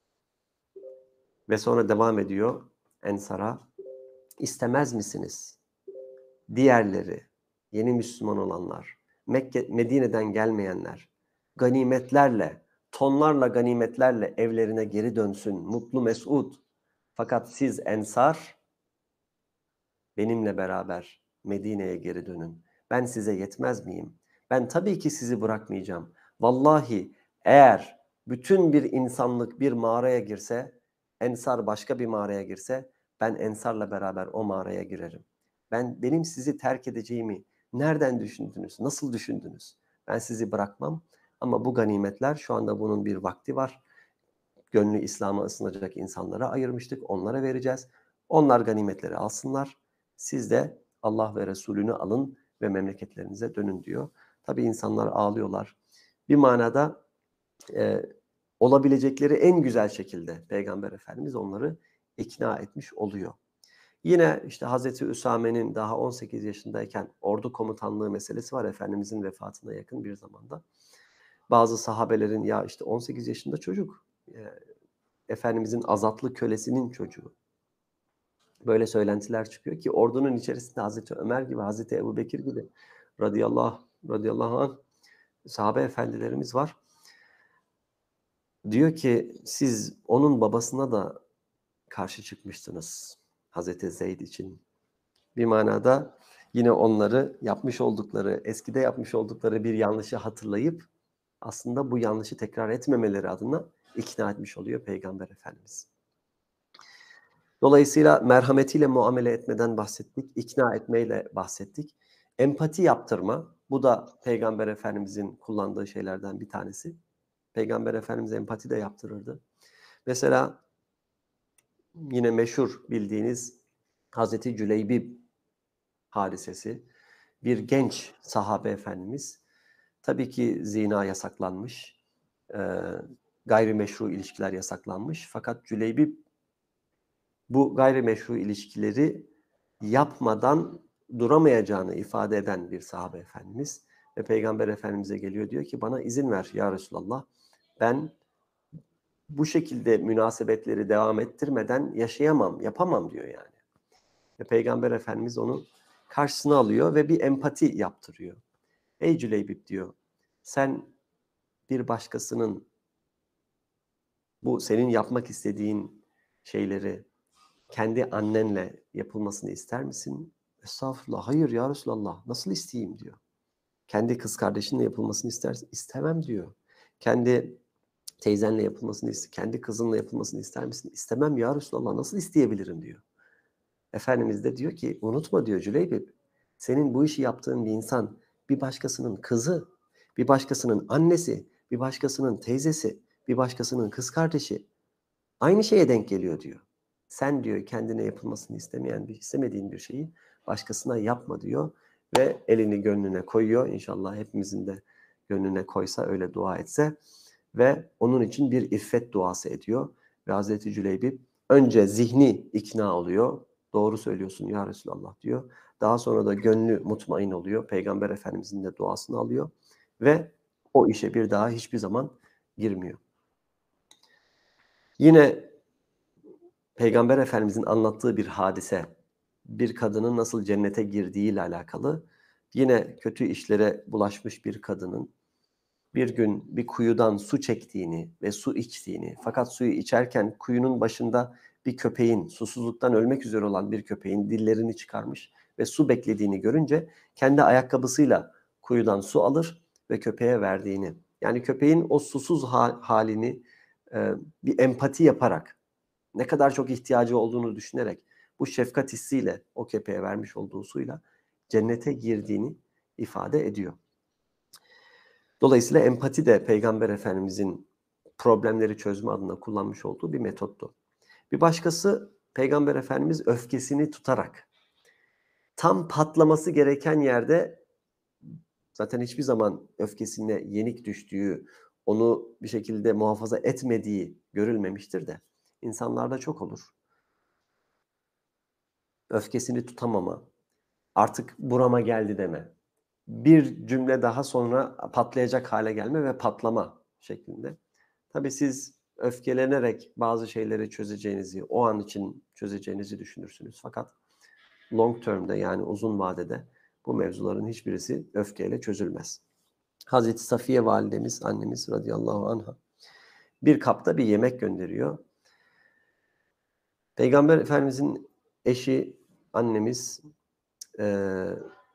Ve sonra devam ediyor Ensar'a. İstemez misiniz? Diğerleri, yeni Müslüman olanlar, Mekke, Medine'den gelmeyenler, ganimetlerle, tonlarla ganimetlerle evlerine geri dönsün, mutlu mesut. Fakat siz Ensar, benimle beraber Medine'ye geri dönün. Ben size yetmez miyim? Ben tabii ki sizi bırakmayacağım. Vallahi eğer bütün bir insanlık bir mağaraya girse, Ensar başka bir mağaraya girse, ben Ensar'la beraber o mağaraya girerim. Ben benim sizi terk edeceğimi nereden düşündünüz? Nasıl düşündünüz? Ben sizi bırakmam ama bu ganimetler şu anda bunun bir vakti var. Gönlü İslam'a ısınacak insanlara ayırmıştık. Onlara vereceğiz. Onlar ganimetleri alsınlar. Siz de Allah ve Resulünü alın ve memleketlerinize dönün diyor. Tabii insanlar ağlıyorlar. Bir manada e, olabilecekleri en güzel şekilde Peygamber Efendimiz onları ikna etmiş oluyor. Yine işte Hazreti Üsame'nin daha on sekiz yaşındayken ordu komutanlığı meselesi var Efendimizin vefatına yakın bir zamanda. Bazı sahabelerin ya işte on sekiz yaşında çocuk, Efendimizin azatlı kölesinin çocuğu. Böyle söylentiler çıkıyor ki ordunun içerisinde Hazreti Ömer gibi, Hazreti Ebubekir gibi radıyallahu, radıyallahu anh sahabe efendilerimiz var. Diyor ki siz onun babasına da karşı çıkmıştınız Hazreti Zeyd için. Bir manada yine onları yapmış oldukları, eskide yapmış oldukları bir yanlışı hatırlayıp aslında bu yanlışı tekrar etmemeleri adına ikna etmiş oluyor Peygamber Efendimiz. Dolayısıyla merhametiyle muamele etmeden bahsettik, ikna etmeyle bahsettik. Empati yaptırma, bu da Peygamber Efendimizin kullandığı şeylerden bir tanesi. Peygamber Efendimiz empati de yaptırırdı. Mesela yine meşhur bildiğiniz Hazreti Cüleybib hadisesi. Bir genç sahabe efendimiz, tabii ki zina yasaklanmış, e, gayrimeşru ilişkiler yasaklanmış. Fakat Cüleybib bu gayrimeşru ilişkileri yapmadan duramayacağını ifade eden bir sahabe efendimiz. Ve Peygamber Efendimiz'e geliyor, diyor ki bana izin ver ya Resulallah, ben bu şekilde münasebetleri devam ettirmeden yaşayamam, yapamam diyor yani. Ve Peygamber Efendimiz onu karşısına alıyor ve bir empati yaptırıyor. Ey Cüleybib diyor, sen bir başkasının bu senin yapmak istediğin şeyleri kendi annenle yapılmasını ister misin? Estağfurullah, hayır ya Resulallah, nasıl isteyeyim diyor. Kendi kız kardeşinle yapılmasını istersin, istemem diyor. Kendi teyzenle yapılmasını, kendi kızınla yapılmasını ister misin? İstemem ya Resulallah, nasıl isteyebilirim diyor. Efendimiz de diyor ki unutma diyor Cüleybib, senin bu işi yaptığın bir insan bir başkasının kızı, bir başkasının annesi, bir başkasının teyzesi, bir başkasının kız kardeşi aynı şeye denk geliyor diyor. Sen diyor kendine yapılmasını istemeyen bir, istemediğin bir şeyi başkasına yapma diyor ve elini gönlüne koyuyor. İnşallah hepimizin de gönlüne koysa, öyle dua etse ve onun için bir iffet duası ediyor. Ve Hazreti Cüleybib önce zihni ikna oluyor. Doğru söylüyorsun ya Resulallah diyor. Daha sonra da gönlü mutmain oluyor. Peygamber Efendimizin de duasını alıyor ve o işe bir daha hiçbir zaman girmiyor. Yine Peygamber Efendimizin anlattığı bir hadise, bir kadının nasıl cennete girdiğiyle alakalı. Yine kötü işlere bulaşmış bir kadının bir gün bir kuyudan su çektiğini ve su içtiğini, fakat suyu içerken kuyunun başında bir köpeğin, susuzluktan ölmek üzere olan bir köpeğin dillerini çıkarmış ve su beklediğini görünce kendi ayakkabısıyla kuyudan su alır ve köpeğe verdiğini, yani köpeğin o susuz halini e, bir empati yaparak, ne kadar çok ihtiyacı olduğunu düşünerek, bu şefkat hissiyle o köpeğe vermiş olduğu suyla cennete girdiğini ifade ediyor. Dolayısıyla empati de Peygamber Efendimizin problemleri çözme adına kullanmış olduğu bir metottu. Bir başkası, Peygamber Efendimiz öfkesini tutarak tam patlaması gereken yerde, zaten hiçbir zaman öfkesine yenik düştüğü, onu bir şekilde muhafaza etmediği görülmemiştir de insanlarda çok olur. Öfkesini tutamama, artık burama geldi deme, bir cümle daha sonra patlayacak hale gelme ve patlama şeklinde. Tabii siz öfkelenerek bazı şeyleri çözeceğinizi, o an için çözeceğinizi düşünürsünüz. Fakat long term'de, yani uzun vadede bu mevzuların hiçbirisi öfkeyle çözülmez. Hazreti Safiye validemiz, annemiz radıyallahu anha bir kapta bir yemek gönderiyor. Peygamber Efendimizin eşi, annemiz, ee,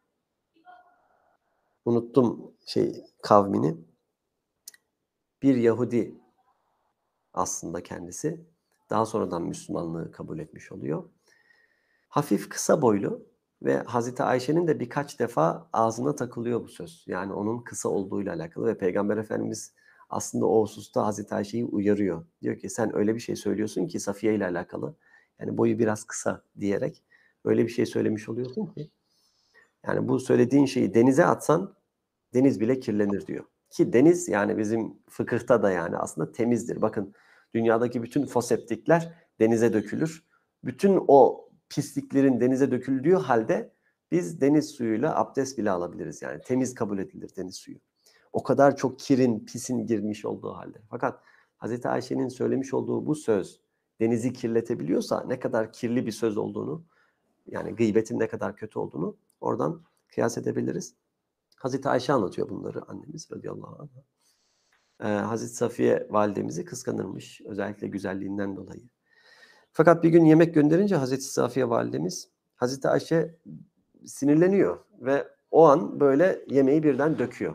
unuttum şey kavmini, bir Yahudi aslında kendisi. Daha sonradan Müslümanlığı kabul etmiş oluyor. Hafif kısa boylu ve Hazreti Ayşe'nin de birkaç defa ağzına takılıyor bu söz. Yani onun kısa olduğuyla alakalı ve Peygamber Efendimiz aslında o hususta Hazreti Ayşe'yi uyarıyor. Diyor ki sen öyle bir şey söylüyorsun ki Safiye ile alakalı. Yani boyu biraz kısa diyerek öyle bir şey söylemiş oluyorsun ki. Yani bu söylediğin şeyi denize atsan deniz bile kirlenir diyor. Ki deniz, yani bizim fıkıhta da yani aslında temizdir. Bakın, dünyadaki bütün foseptikler denize dökülür. Bütün o pisliklerin denize döküldüğü halde biz deniz suyuyla abdest bile alabiliriz. Yani temiz kabul edilir deniz suyu. O kadar çok kirin, pisin girmiş olduğu halde. Fakat Hazreti Ayşe'nin söylemiş olduğu bu söz denizi kirletebiliyorsa ne kadar kirli bir söz olduğunu, yani gıybetin ne kadar kötü olduğunu oradan kıyas edebiliriz. Hazreti Ayşe anlatıyor bunları, annemiz radıyallahu anha. Ee, Hazreti Safiye validemizi kıskanırmış, özellikle güzelliğinden dolayı. Fakat bir gün yemek gönderince Hazreti Safiye validemiz, Hazreti Ayşe sinirleniyor ve o an böyle yemeği birden döküyor.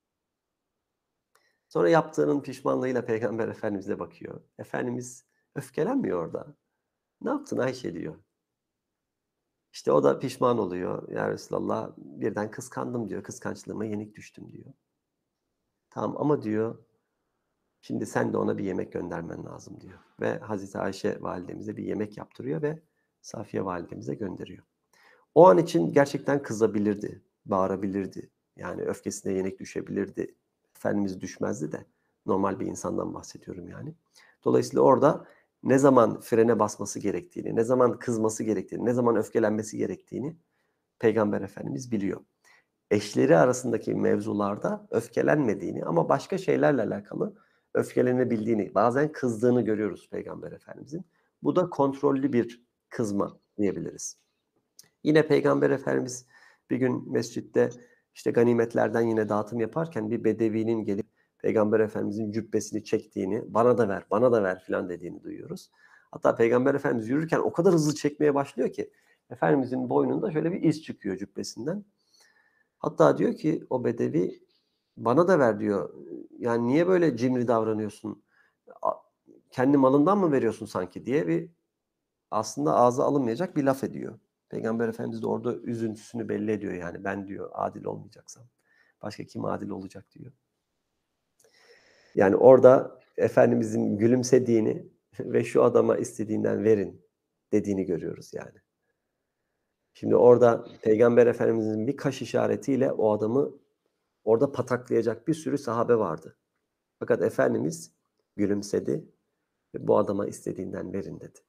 Sonra yaptığının pişmanlığıyla Peygamber Efendimiz'e bakıyor. Efendimiz öfkelenmiyor orada. Ne yaptın Ayşe diyor. İşte o da pişman oluyor. Ya Resulallah birden kıskandım diyor. Kıskançlığıma yenik düştüm diyor. Tamam ama diyor şimdi sen de ona bir yemek göndermen lazım diyor. Ve Hazreti Ayşe validemize bir yemek yaptırıyor ve Safiye validemize gönderiyor. O an için gerçekten kızabilirdi, bağırabilirdi. Yani öfkesine yenik düşebilirdi. Efendimiz düşmezdi de normal bir insandan bahsediyorum yani. Dolayısıyla orada ne zaman frene basması gerektiğini, ne zaman kızması gerektiğini, ne zaman öfkelenmesi gerektiğini Peygamber Efendimiz biliyor. Eşleri arasındaki mevzularda öfkelenmediğini ama başka şeylerle alakalı öfkelenebildiğini, bazen kızdığını görüyoruz Peygamber Efendimizin. Bu da kontrollü bir kızma diyebiliriz. Yine Peygamber Efendimiz bir gün mescitte işte ganimetlerden yine dağıtım yaparken bir bedevinin gelip Peygamber Efendimizin cübbesini çektiğini, bana da ver, bana da ver filan dediğini duyuyoruz. Hatta Peygamber Efendimiz yürürken o kadar hızlı çekmeye başlıyor ki Efendimizin boynunda şöyle bir iz çıkıyor cübbesinden. Hatta diyor ki o bedevi bana da ver diyor. Yani niye böyle cimri davranıyorsun? Kendi malından mı veriyorsun sanki diye bir aslında ağza alınmayacak bir laf ediyor. Peygamber Efendimiz de orada üzüntüsünü belli ediyor yani ben diyor adil olmayacaksam başka kim adil olacak diyor. Yani orada Efendimizin gülümsediğini ve şu adama istediğinden verin dediğini görüyoruz yani. Şimdi orada Peygamber Efendimizin bir kaş işaretiyle o adamı orada pataklayacak bir sürü sahabe vardı. Fakat Efendimiz gülümsedi ve bu adama istediğinden verin dedi.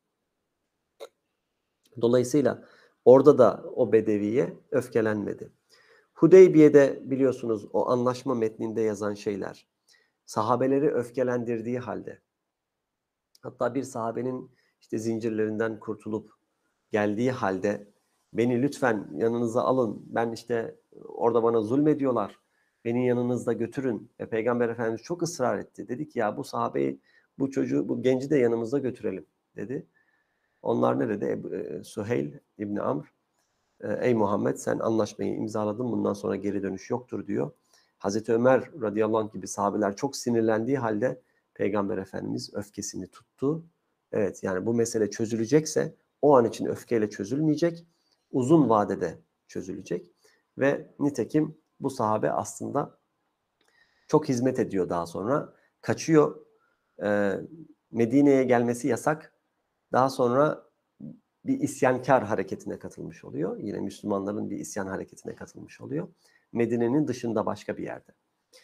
Dolayısıyla orada da o bedeviye öfkelenmedi. Hudeybiye'de biliyorsunuz o anlaşma metninde yazan şeyler sahabeleri öfkelendirdiği halde hatta bir sahabenin işte zincirlerinden kurtulup geldiği halde beni lütfen yanınıza alın. Ben işte orada bana zulmediyorlar. Beni yanınızda götürün. Ve Peygamber Efendimiz çok ısrar etti. Dedi ki ya bu sahabeyi, bu çocuğu, bu genci de yanımızda götürelim dedi. Onlar ne dedi? E, Süheyl İbni Amr, e, ey Muhammed sen anlaşmayı imzaladın bundan sonra geri dönüş yoktur diyor. Hazreti Ömer radıyallahu anh gibi sahabeler çok sinirlendiği halde Peygamber Efendimiz öfkesini tuttu. Evet yani bu mesele çözülecekse o an için öfkeyle çözülmeyecek, uzun vadede çözülecek. Ve nitekim bu sahabe aslında çok hizmet ediyor daha sonra. Kaçıyor, e, Medine'ye gelmesi yasak. Daha sonra bir isyankar hareketine katılmış oluyor. Yine Müslümanların bir isyan hareketine katılmış oluyor. Medine'nin dışında başka bir yerde.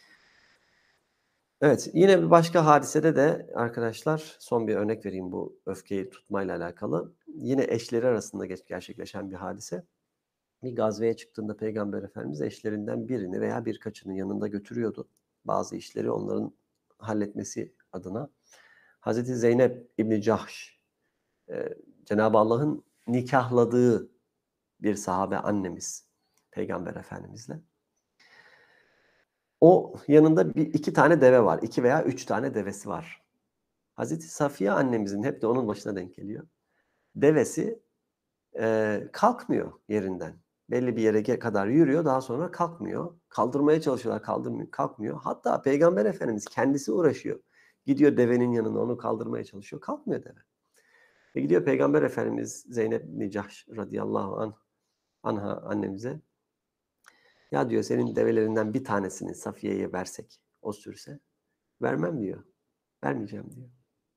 Evet, yine bir başka hadisede de arkadaşlar son bir örnek vereyim bu öfkeyi tutmayla alakalı. Yine eşleri arasında gerçekleşen bir hadise. Bir gazveye çıktığında Peygamber Efendimiz eşlerinden birini veya birkaçını yanında götürüyordu. Bazı işleri onların halletmesi adına. Hazreti Zeynep İbni Cahş, e, Cenab-ı Allah'ın nikahladığı bir sahabe annemiz Peygamber Efendimizle. O yanında bir iki tane deve var. iki veya üç tane devesi var. Hazreti Safiye annemizin hep de onun başına denk geliyor. Devesi e, kalkmıyor yerinden. Belli bir yere kadar yürüyor, daha sonra kalkmıyor. Kaldırmaya çalışıyorlar, kaldırmıyor, kalkmıyor. Hatta Peygamber Efendimiz kendisi uğraşıyor. Gidiyor devenin yanına, onu kaldırmaya çalışıyor. Kalkmıyor deve. Ve gidiyor Peygamber Efendimiz Zeynep bin Cahş radıyallahu anh, anha annemize. Ya diyor senin develerinden bir tanesini Safiye'ye versek, o sürse. Vermem diyor. Vermeyeceğim diyor.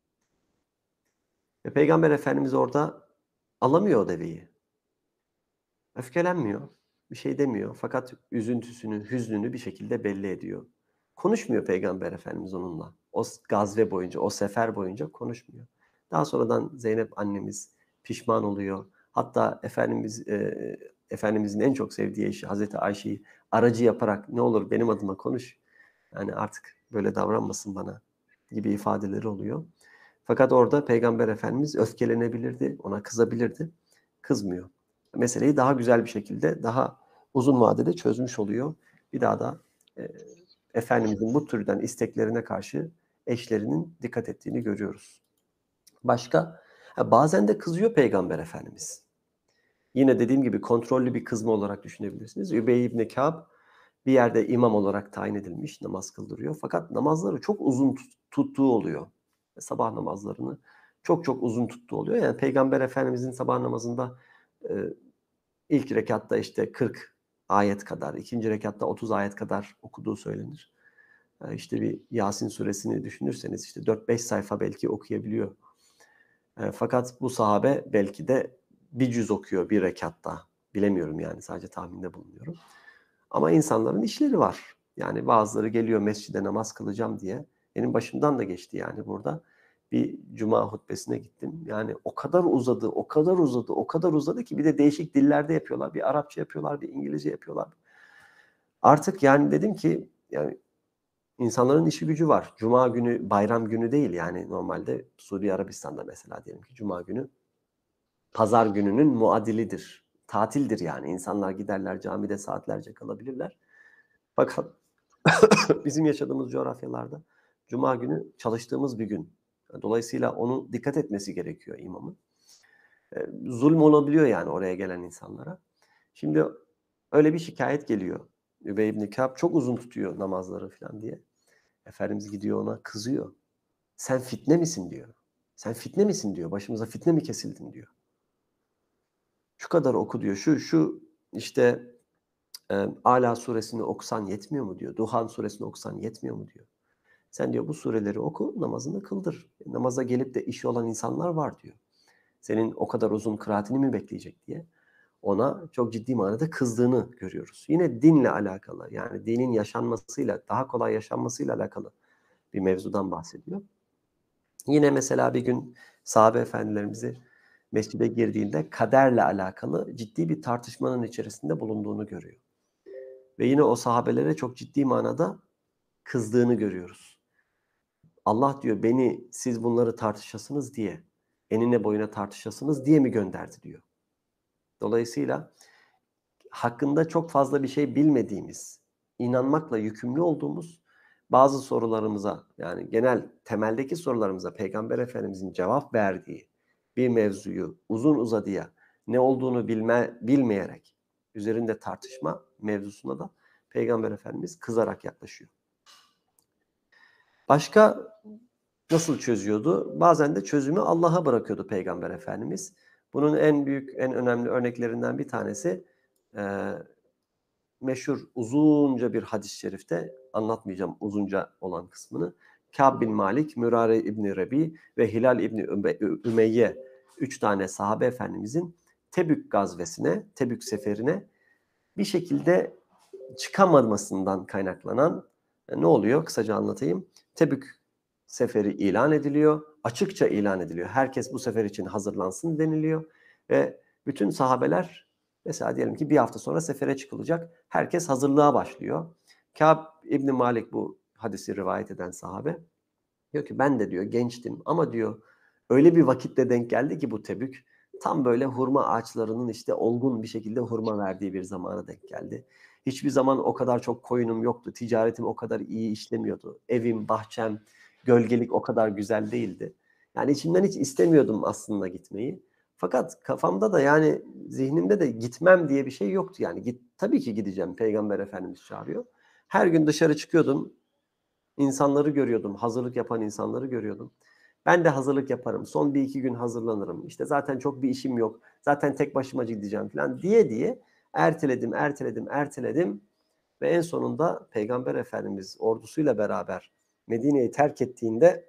Ve Peygamber Efendimiz orada alamıyor o deveyi. Öfkelenmiyor. Bir şey demiyor. Fakat üzüntüsünü, hüznünü bir şekilde belli ediyor. Konuşmuyor Peygamber Efendimiz onunla. O gazve boyunca, o sefer boyunca konuşmuyor. Daha sonradan Zeynep annemiz pişman oluyor. Hatta Efendimiz e, Efendimizin en çok sevdiği eşi Hazreti Ayşe'yi aracı yaparak ne olur benim adıma konuş. Yani artık böyle davranmasın bana gibi ifadeleri oluyor. Fakat orada Peygamber Efendimiz öfkelenebilirdi, ona kızabilirdi. Kızmıyor. Meseleyi daha güzel bir şekilde, daha uzun vadede çözmüş oluyor. Bir daha da e, Efendimizin bu türden isteklerine karşı eşlerinin dikkat ettiğini görüyoruz. Başka? Ha, bazen de kızıyor Peygamber Efendimiz. Yine dediğim gibi kontrollü bir kızma olarak düşünebilirsiniz. Übey ibn Kâb bir yerde imam olarak tayin edilmiş, namaz kıldırıyor. Fakat namazları çok uzun tut- tuttuğu oluyor. Sabah namazlarını çok çok uzun tuttuğu oluyor. Yani Peygamber Efendimizin sabah namazında e, ilk rekatta işte kırk ayet kadar, ikinci rekatta otuz ayet kadar okuduğu söylenir. E, işte bir Yasin suresini düşünürseniz işte dört beş sayfa belki okuyabiliyor. E, fakat bu sahabe belki de bir cüz okuyor bir rekatta. Bilemiyorum yani, sadece tahminde bulunuyorum. Ama insanların işleri var. Yani bazıları geliyor mescide namaz kılacağım diye. Benim başımdan da geçti yani burada. Bir cuma hutbesine gittim. Yani o kadar uzadı, o kadar uzadı, o kadar uzadı ki bir de değişik dillerde yapıyorlar. Bir Arapça yapıyorlar, bir İngilizce yapıyorlar. Artık yani dedim ki yani insanların işi gücü var. Cuma günü bayram günü değil yani, normalde Suudi Arabistan'da mesela diyelim ki cuma günü pazar gününün muadilidir. Tatildir yani. İnsanlar giderler camide saatlerce kalabilirler. Fakat bizim yaşadığımız coğrafyalarda cuma günü çalıştığımız bir gün. Dolayısıyla onu dikkat etmesi gerekiyor imamın. E, zulm olabiliyor yani oraya gelen insanlara. Şimdi öyle bir şikayet geliyor. Übey ibn Kâb çok uzun tutuyor namazları falan diye. Efendimiz gidiyor ona kızıyor. Sen fitne misin diyor. Sen fitne misin diyor. Başımıza fitne mi kesildin diyor. Şu kadar oku diyor. Şu şu işte e, Ala suresini okusan yetmiyor mu diyor. Duhan suresini okusan yetmiyor mu diyor. Sen diyor bu sureleri oku, namazını kıldır. Namaza gelip de işi olan insanlar var diyor. Senin o kadar uzun kıraatini mi bekleyecek diye ona çok ciddi manada kızdığını görüyoruz. Yine dinle alakalı, yani dinin yaşanmasıyla, daha kolay yaşanmasıyla alakalı bir mevzudan bahsediyor. Yine mesela bir gün sahabe efendilerimizi mescide girdiğinde kaderle alakalı ciddi bir tartışmanın içerisinde bulunduğunu görüyor. Ve yine o sahabelere çok ciddi manada kızdığını görüyoruz. Allah diyor beni siz bunları tartışasınız diye, enine boyuna tartışasınız diye mi gönderdi diyor. Dolayısıyla hakkında çok fazla bir şey bilmediğimiz, inanmakla yükümlü olduğumuz bazı sorularımıza, yani genel temeldeki sorularımıza Peygamber Efendimizin cevap verdiği bir mevzuyu uzun uzadıya ne olduğunu bilme, bilmeyerek üzerinde tartışma mevzusuna da Peygamber Efendimiz kızarak yaklaşıyor. Başka nasıl çözüyordu? Bazen de çözümü Allah'a bırakıyordu Peygamber Efendimiz. Bunun en büyük, en önemli örneklerinden bir tanesi e, meşhur uzunca bir hadis-i şerifte, anlatmayacağım uzunca olan kısmını. Kâb bin Malik, Mürare İbni Rebi ve Hilal İbni Ümeyye, üç tane sahabe efendimizin Tebük gazvesine, Tebük seferine bir şekilde çıkamamasından kaynaklanan e, ne oluyor? Kısaca anlatayım. Tebük seferi ilan ediliyor. Açıkça ilan ediliyor. Herkes bu sefer için hazırlansın deniliyor. Ve bütün sahabeler, mesela diyelim ki bir hafta sonra sefere çıkılacak. Herkes hazırlığa başlıyor. Kâb İbni Malik, bu hadisi rivayet eden sahabe, diyor ki ben de diyor gençtim ama diyor öyle bir vakitte denk geldi ki bu Tebük, tam böyle hurma ağaçlarının işte olgun bir şekilde hurma verdiği bir zamana denk geldi. Hiçbir zaman o kadar çok koyunum yoktu. Ticaretim o kadar iyi işlemiyordu. Evim, bahçem, gölgelik o kadar güzel değildi. Yani içimden hiç istemiyordum aslında gitmeyi. Fakat kafamda da, yani zihnimde de gitmem diye bir şey yoktu. Yani git, tabii ki gideceğim. Peygamber Efendimiz çağırıyor. Her gün dışarı çıkıyordum. İnsanları görüyordum. Hazırlık yapan insanları görüyordum. Ben de hazırlık yaparım. Son bir iki gün hazırlanırım. İşte zaten çok bir işim yok. Zaten tek başıma gideceğim falan diye diye erteledim, erteledim, erteledim. Ve en sonunda Peygamber Efendimiz ordusuyla beraber Medine'yi terk ettiğinde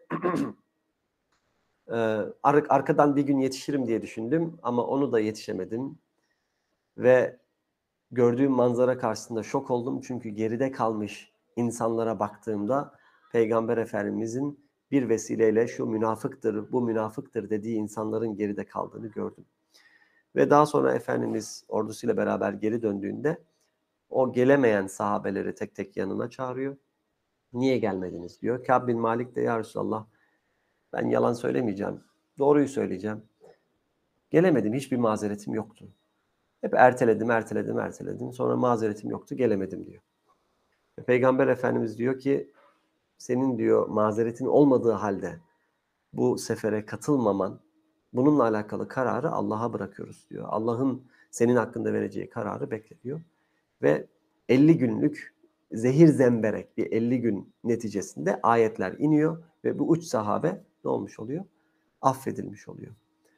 arkadan bir gün yetişirim diye düşündüm ama onu da yetişemedim. Ve gördüğüm manzara karşısında şok oldum. Çünkü geride kalmış insanlara baktığımda Peygamber Efendimizin bir vesileyle şu münafıktır, bu münafıktır dediği insanların geride kaldığını gördüm. Ve daha sonra Efendimiz ordusuyla beraber geri döndüğünde o gelemeyen sahabeleri tek tek yanına çağırıyor. Niye gelmediniz diyor. Kâb bin Malik de ya Resulallah, ben yalan söylemeyeceğim. Doğruyu söyleyeceğim. Gelemedim, hiçbir mazeretim yoktu. Hep erteledim, erteledim, erteledim. Sonra mazeretim yoktu, gelemedim diyor. Peygamber Efendimiz diyor ki senin diyor mazeretin olmadığı halde bu sefere katılmaman Bununla alakalı kararı Allah'a bırakıyoruz diyor. Allah'ın senin hakkında vereceği kararı bekle diyor. Ve elli günlük zehir zemberek bir elli gün neticesinde ayetler iniyor ve bu üç sahabe ne olmuş oluyor? Affedilmiş oluyor.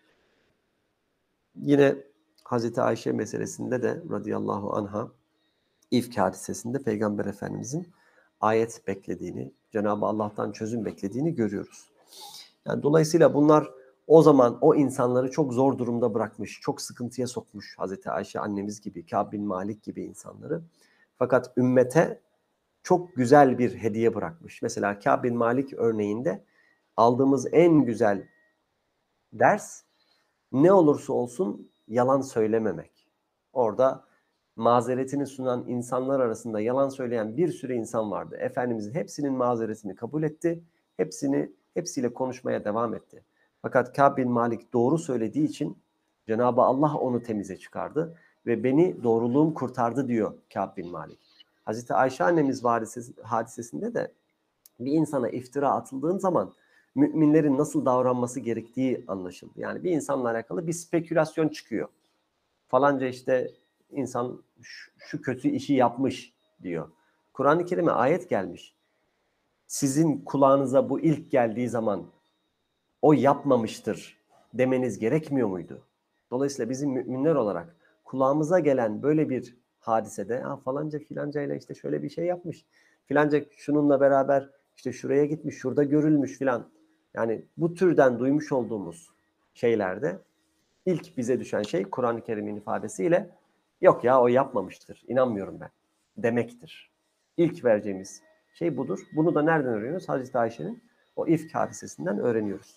Yine Hazreti Ayşe meselesinde de radıyallahu anha İfk hadisesinde Peygamber Efendimizin ayet beklediğini, Cenab-ı Allah'tan çözüm beklediğini görüyoruz. Yani dolayısıyla bunlar o zaman o insanları çok zor durumda bırakmış, çok sıkıntıya sokmuş Hazreti Ayşe annemiz gibi, Kâb bin Malik gibi insanları. Fakat ümmete çok güzel bir hediye bırakmış. Mesela Kâb bin Malik örneğinde aldığımız en güzel ders ne olursa olsun yalan söylememek. Orada mazeretini sunan insanlar arasında yalan söyleyen bir sürü insan vardı. Efendimiz hepsinin mazeretini kabul etti. Hepsini hepsiyle konuşmaya devam etti. Fakat Kâb bin Malik doğru söylediği için Cenab-ı Allah onu temize çıkardı ve beni doğruluğum kurtardı diyor Kâb bin Malik. Hazreti Ayşe annemiz hadisesinde de bir insana iftira atıldığın zaman müminlerin nasıl davranması gerektiği anlaşıldı. Yani bir insanla alakalı bir spekülasyon çıkıyor. Falanca işte insan şu, şu kötü işi yapmış diyor. Kur'an-ı Kerim'e ayet gelmiş. Sizin kulağınıza bu ilk geldiği zaman o yapmamıştır demeniz gerekmiyor muydu? Dolayısıyla bizim müminler olarak kulağımıza gelen böyle bir hadisede ha, falanca filancayla işte şöyle bir şey yapmış. Filanca şununla beraber işte şuraya gitmiş, şurada görülmüş filan. Yani bu türden duymuş olduğumuz şeylerde ilk bize düşen şey Kur'an-ı Kerim'in ifadesiyle yok ya o yapmamıştır, inanmıyorum ben demektir. İlk vereceğimiz şey budur. Bunu da nereden öğreniyoruz? Hazreti Ayşe'nin o ifk hadisesinden öğreniyoruz.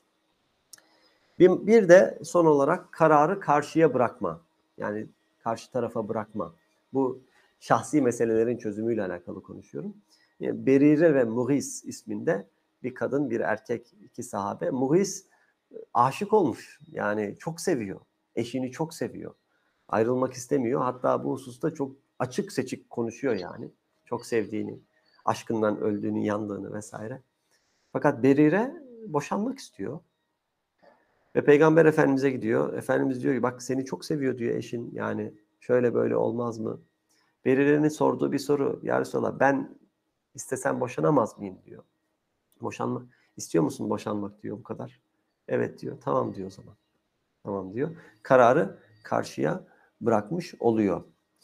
Bir, bir de son olarak kararı karşıya bırakma. Yani karşı tarafa bırakma. Bu şahsi meselelerin çözümüyle alakalı konuşuyorum. Yani Berire ve Mughis isminde bir kadın, bir erkek, iki sahabe. Mughis aşık olmuş. Yani çok seviyor. Eşini çok seviyor. Ayrılmak istemiyor. Hatta bu hususta çok açık seçik konuşuyor yani. Çok sevdiğini, aşkından öldüğünü, yandığını vesaire. Fakat Berire boşanmak istiyor. Ve Peygamber Efendimiz'e gidiyor. Efendimiz diyor ki bak seni çok seviyor diyor eşin. Yani şöyle böyle olmaz mı? Berire'nin sorduğu bir soru. Ya Resulallah ben istesem boşanamaz mıyım diyor. Boşanma istiyor musun boşanmak diyor bu kadar. Evet diyor. Tamam diyor o zaman. Tamam diyor. Kararı karşıya bırakmış oluyor.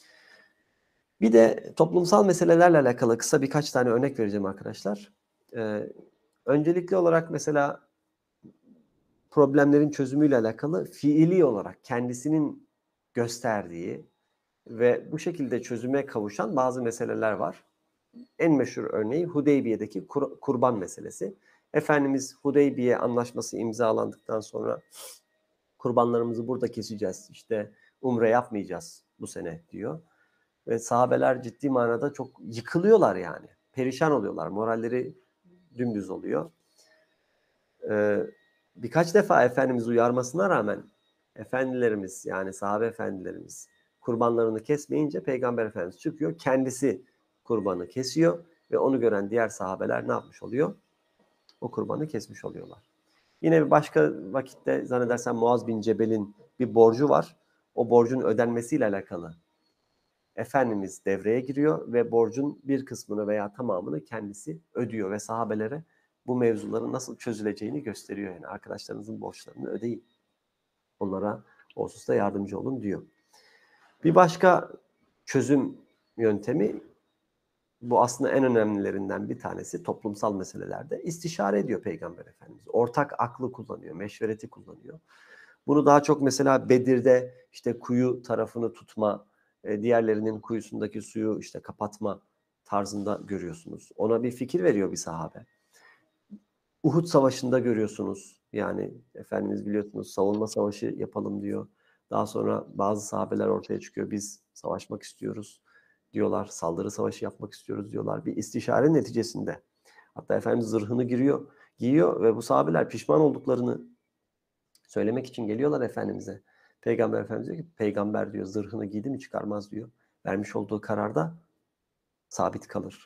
Bir de toplumsal meselelerle alakalı kısa birkaç tane örnek vereceğim arkadaşlar. Ee, öncelikli olarak mesela problemlerin çözümüyle alakalı fiili olarak kendisinin gösterdiği ve bu şekilde çözüme kavuşan bazı meseleler var. En meşhur örneği Hudeybiye'deki kur- kurban meselesi. Efendimiz Hudeybiye anlaşması imzalandıktan sonra kurbanlarımızı burada keseceğiz. İşte umre yapmayacağız bu sene diyor. Ve sahabeler ciddi manada çok yıkılıyorlar yani. Perişan oluyorlar. Moralleri dümdüz oluyor. Ee, birkaç defa Efendimiz uyarmasına rağmen efendilerimiz yani sahabe efendilerimiz kurbanlarını kesmeyince Peygamber Efendimiz çıkıyor. Kendisi kurbanı kesiyor ve onu gören diğer sahabeler ne yapmış oluyor? O kurbanı kesmiş oluyorlar. Yine bir başka vakitte zannedersem Muaz bin Cebel'in bir borcu var. O borcun ödenmesiyle alakalı Efendimiz devreye giriyor ve borcun bir kısmını veya tamamını kendisi ödüyor ve sahabelere bu mevzuların nasıl çözüleceğini gösteriyor. Yani arkadaşlarınızın borçlarını ödeyin. Onlara o hususta yardımcı olun diyor. Bir başka çözüm yöntemi bu aslında en önemlilerinden bir tanesi toplumsal meselelerde istişare ediyor Peygamber Efendimiz. Ortak aklı kullanıyor, meşvereti kullanıyor. Bunu daha çok mesela Bedir'de işte kuyu tarafını tutma, diğerlerinin kuyusundaki suyu işte kapatma tarzında görüyorsunuz. Ona bir fikir veriyor bir sahabe. Uhud Savaşı'nda görüyorsunuz. Yani Efendimiz biliyorsunuz savunma savaşı yapalım diyor. Daha sonra bazı sahabeler ortaya çıkıyor. Biz savaşmak istiyoruz diyorlar. Saldırı savaşı yapmak istiyoruz diyorlar. Bir istişare neticesinde. Hatta Efendimiz zırhını giriyor, giyiyor ve bu sahabeler pişman olduklarını söylemek için geliyorlar Efendimiz'e. Peygamber Efendimiz diyor ki peygamber diyor zırhını giydi mi çıkarmaz diyor. Vermiş olduğu kararda sabit kalır.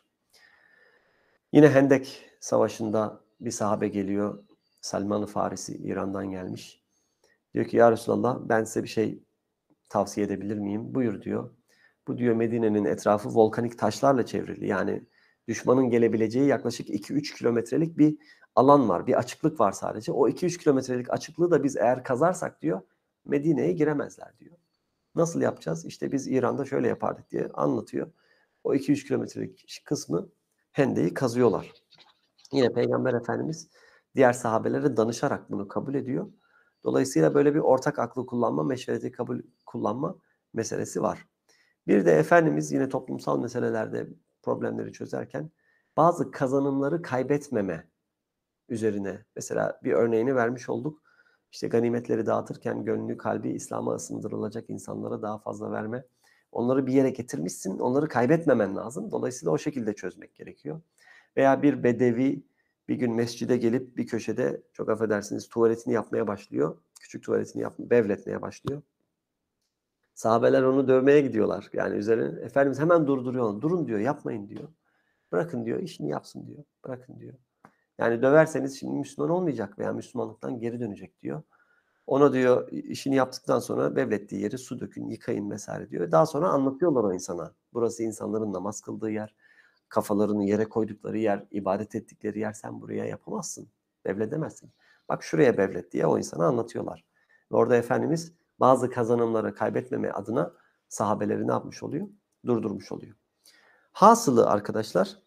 Yine Hendek Savaşı'nda bir sahabe geliyor. Salman-ı Farisi İran'dan gelmiş. Diyor ki ya Resulallah ben size bir şey tavsiye edebilir miyim? Buyur diyor. Bu diyor Medine'nin etrafı volkanik taşlarla çevrili. Yani düşmanın gelebileceği yaklaşık iki üç kilometrelik bir alan var. Bir açıklık var sadece. O iki üç kilometrelik açıklığı da biz eğer kazarsak diyor Medine'ye giremezler diyor. Nasıl yapacağız? İşte biz İran'da şöyle yapardık diye anlatıyor. O iki üç kilometrelik kısmı hendeyi kazıyorlar. Yine Peygamber Efendimiz diğer sahabelere danışarak bunu kabul ediyor. Dolayısıyla böyle bir ortak aklı kullanma, meşvereti kabul kullanma meselesi var. Bir de Efendimiz yine toplumsal meselelerde problemleri çözerken bazı kazanımları kaybetmeme üzerine mesela bir örneğini vermiş olduk. İşte ganimetleri dağıtırken gönlü, kalbi İslam'a ısındırılacak insanlara daha fazla verme. Onları bir yere getirmişsin, onları kaybetmemen lazım. Dolayısıyla o şekilde çözmek gerekiyor. Veya bir bedevi bir gün mescide gelip bir köşede çok affedersiniz tuvaletini yapmaya başlıyor. Küçük tuvaletini yap, bevletmeye başlıyor. Sahabeler onu dövmeye gidiyorlar. Yani üzerine Efendimiz hemen durduruyor onu. Durun diyor, yapmayın diyor. Bırakın diyor, işini yapsın diyor. Bırakın diyor. Yani döverseniz şimdi Müslüman olmayacak veya Müslümanlıktan geri dönecek diyor. Ona diyor işini yaptıktan sonra bevlettiği yeri su dökün, yıkayın vesaire diyor. Daha sonra anlatıyorlar o insana. Burası insanların namaz kıldığı yer, kafalarını yere koydukları yer, ibadet ettikleri yer. Sen buraya yapamazsın, bevledemezsin. Bak şuraya bevlet diye o insana anlatıyorlar. Ve orada Efendimiz bazı kazanımları kaybetmeme adına sahabeleri ne yapmış oluyor? Durdurmuş oluyor. Hasılı arkadaşlar,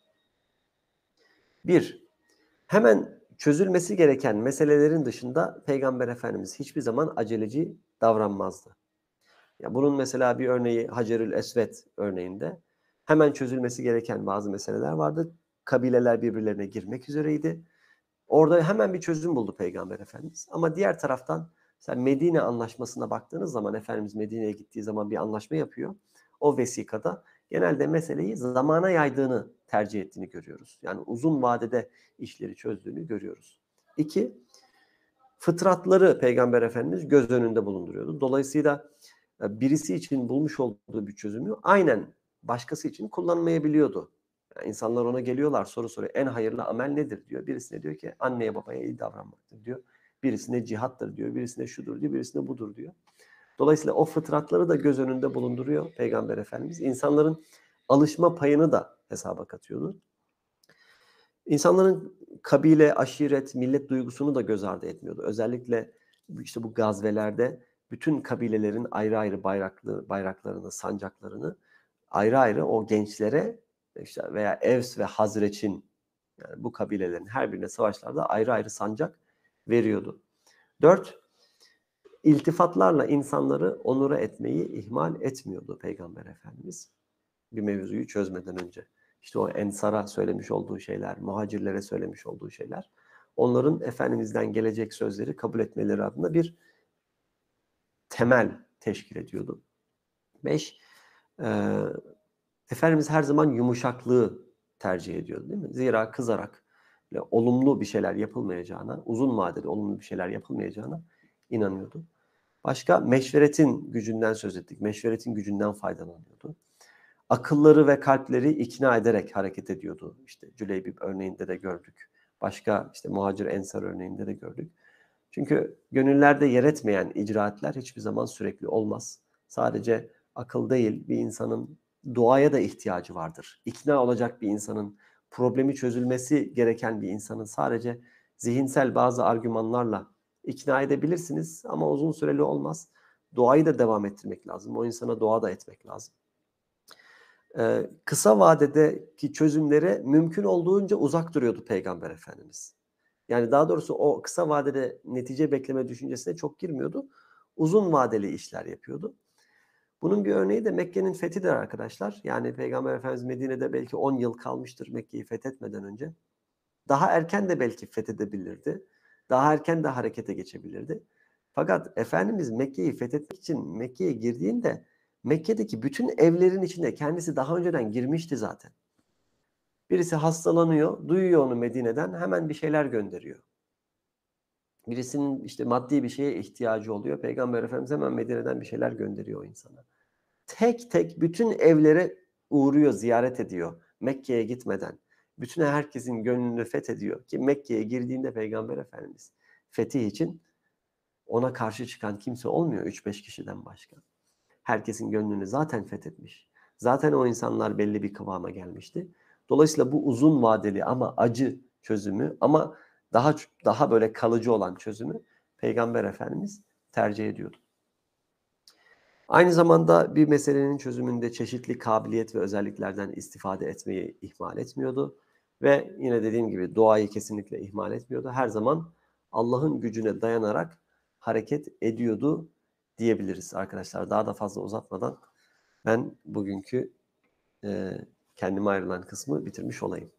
bir, hemen çözülmesi gereken meselelerin dışında Peygamber Efendimiz hiçbir zaman aceleci davranmazdı. Ya bunun mesela bir örneği Hacerül Esved örneğinde hemen çözülmesi gereken bazı meseleler vardı. Kabileler birbirlerine girmek üzereydi. Orada hemen bir çözüm buldu Peygamber Efendimiz. Ama diğer taraftan mesela Medine Anlaşması'na baktığınız zaman Efendimiz Medine'ye gittiği zaman bir anlaşma yapıyor. O vesikada genelde meseleyi zamana yaydığını tercih ettiğini görüyoruz. Yani uzun vadede işleri çözdüğünü görüyoruz. İki, fıtratları Peygamber Efendimiz göz önünde bulunduruyordu. Dolayısıyla birisi için bulmuş olduğu bir çözümü aynen başkası için kullanmayabiliyordu. Yani insanlar ona geliyorlar, soru soruyor. En hayırlı amel nedir diyor. Birisine diyor ki anneye babaya iyi davranmaktır diyor. Birisine cihattır diyor. Birisine şudur diyor. Birisine budur diyor. Dolayısıyla o fıtratları da göz önünde bulunduruyor Peygamber Efendimiz. İnsanların alışma payını da hesaba katıyordu. İnsanların kabile, aşiret, millet duygusunu da göz ardı etmiyordu. Özellikle işte bu gazvelerde bütün kabilelerin ayrı ayrı bayraklı, bayraklarını, sancaklarını ayrı ayrı o gençlere işte veya Evs ve Hazreç'in yani bu kabilelerin her birine savaşlarda ayrı ayrı sancak veriyordu. Dört, iltifatlarla insanları onura etmeyi ihmal etmiyordu Peygamber Efendimiz bir mevzuyu çözmeden önce. İşte o Ensar'a söylemiş olduğu şeyler, muhacirlere söylemiş olduğu şeyler, onların Efendimiz'den gelecek sözleri kabul etmeleri adına bir temel teşkil ediyordu. Beş, e, Efendimiz her zaman yumuşaklığı tercih ediyordu değil mi? Zira kızarak böyle olumlu bir şeyler yapılmayacağına, uzun vadede olumlu bir şeyler yapılmayacağına inanıyordu. Başka meşveretin gücünden söz ettik. Meşveretin gücünden faydalanıyordu. Akılları ve kalpleri ikna ederek hareket ediyordu. İşte Cüleybib örneğinde de gördük. Başka işte Muhacir Ensar örneğinde de gördük. Çünkü gönüllerde yer etmeyen icraatler hiçbir zaman sürekli olmaz. Sadece akıl değil, bir insanın duaya da ihtiyacı vardır. İkna olacak bir insanın, problemi çözülmesi gereken bir insanın sadece zihinsel bazı argümanlarla ikna edebilirsiniz ama uzun süreli olmaz. Duayı da devam ettirmek lazım. O insana dua da etmek lazım. Ee, kısa vadedeki çözümlere mümkün olduğunca uzak duruyordu Peygamber Efendimiz. Yani daha doğrusu o kısa vadede netice bekleme düşüncesine çok girmiyordu. Uzun vadeli işler yapıyordu. Bunun bir örneği de Mekke'nin fethidir arkadaşlar. Yani Peygamber Efendimiz Medine'de belki on yıl kalmıştır Mekke'yi fethetmeden önce. Daha erken de belki fethedebilirdi. Daha erken de harekete geçebilirdi. Fakat Efendimiz Mekke'yi fethetmek için Mekke'ye girdiğinde Mekke'deki bütün evlerin içine kendisi daha önceden girmişti zaten. Birisi hastalanıyor, duyuyor onu Medine'den, hemen bir şeyler gönderiyor. Birisinin işte maddi bir şeye ihtiyacı oluyor. Peygamber Efendimiz hemen Medine'den bir şeyler gönderiyor o insana. Tek tek bütün evlere uğruyor, ziyaret ediyor Mekke'ye gitmeden. Bütün herkesin gönlünü fethediyor ki Mekke'ye girdiğinde Peygamber Efendimiz fetih için ona karşı çıkan kimse olmuyor üç beş kişiden başka. Herkesin gönlünü zaten fethetmiş. Zaten o insanlar belli bir kıvama gelmişti. Dolayısıyla bu uzun vadeli ama acı çözümü ama daha daha böyle kalıcı olan çözümü Peygamber Efendimiz tercih ediyordu. Aynı zamanda bir meselenin çözümünde çeşitli kabiliyet ve özelliklerden istifade etmeyi ihmal etmiyordu. Ve yine dediğim gibi duayı kesinlikle ihmal etmiyordu. Her zaman Allah'ın gücüne dayanarak hareket ediyordu diyebiliriz arkadaşlar. Daha da fazla uzatmadan ben bugünkü e, kendime ayrılan kısmı bitirmiş olayım.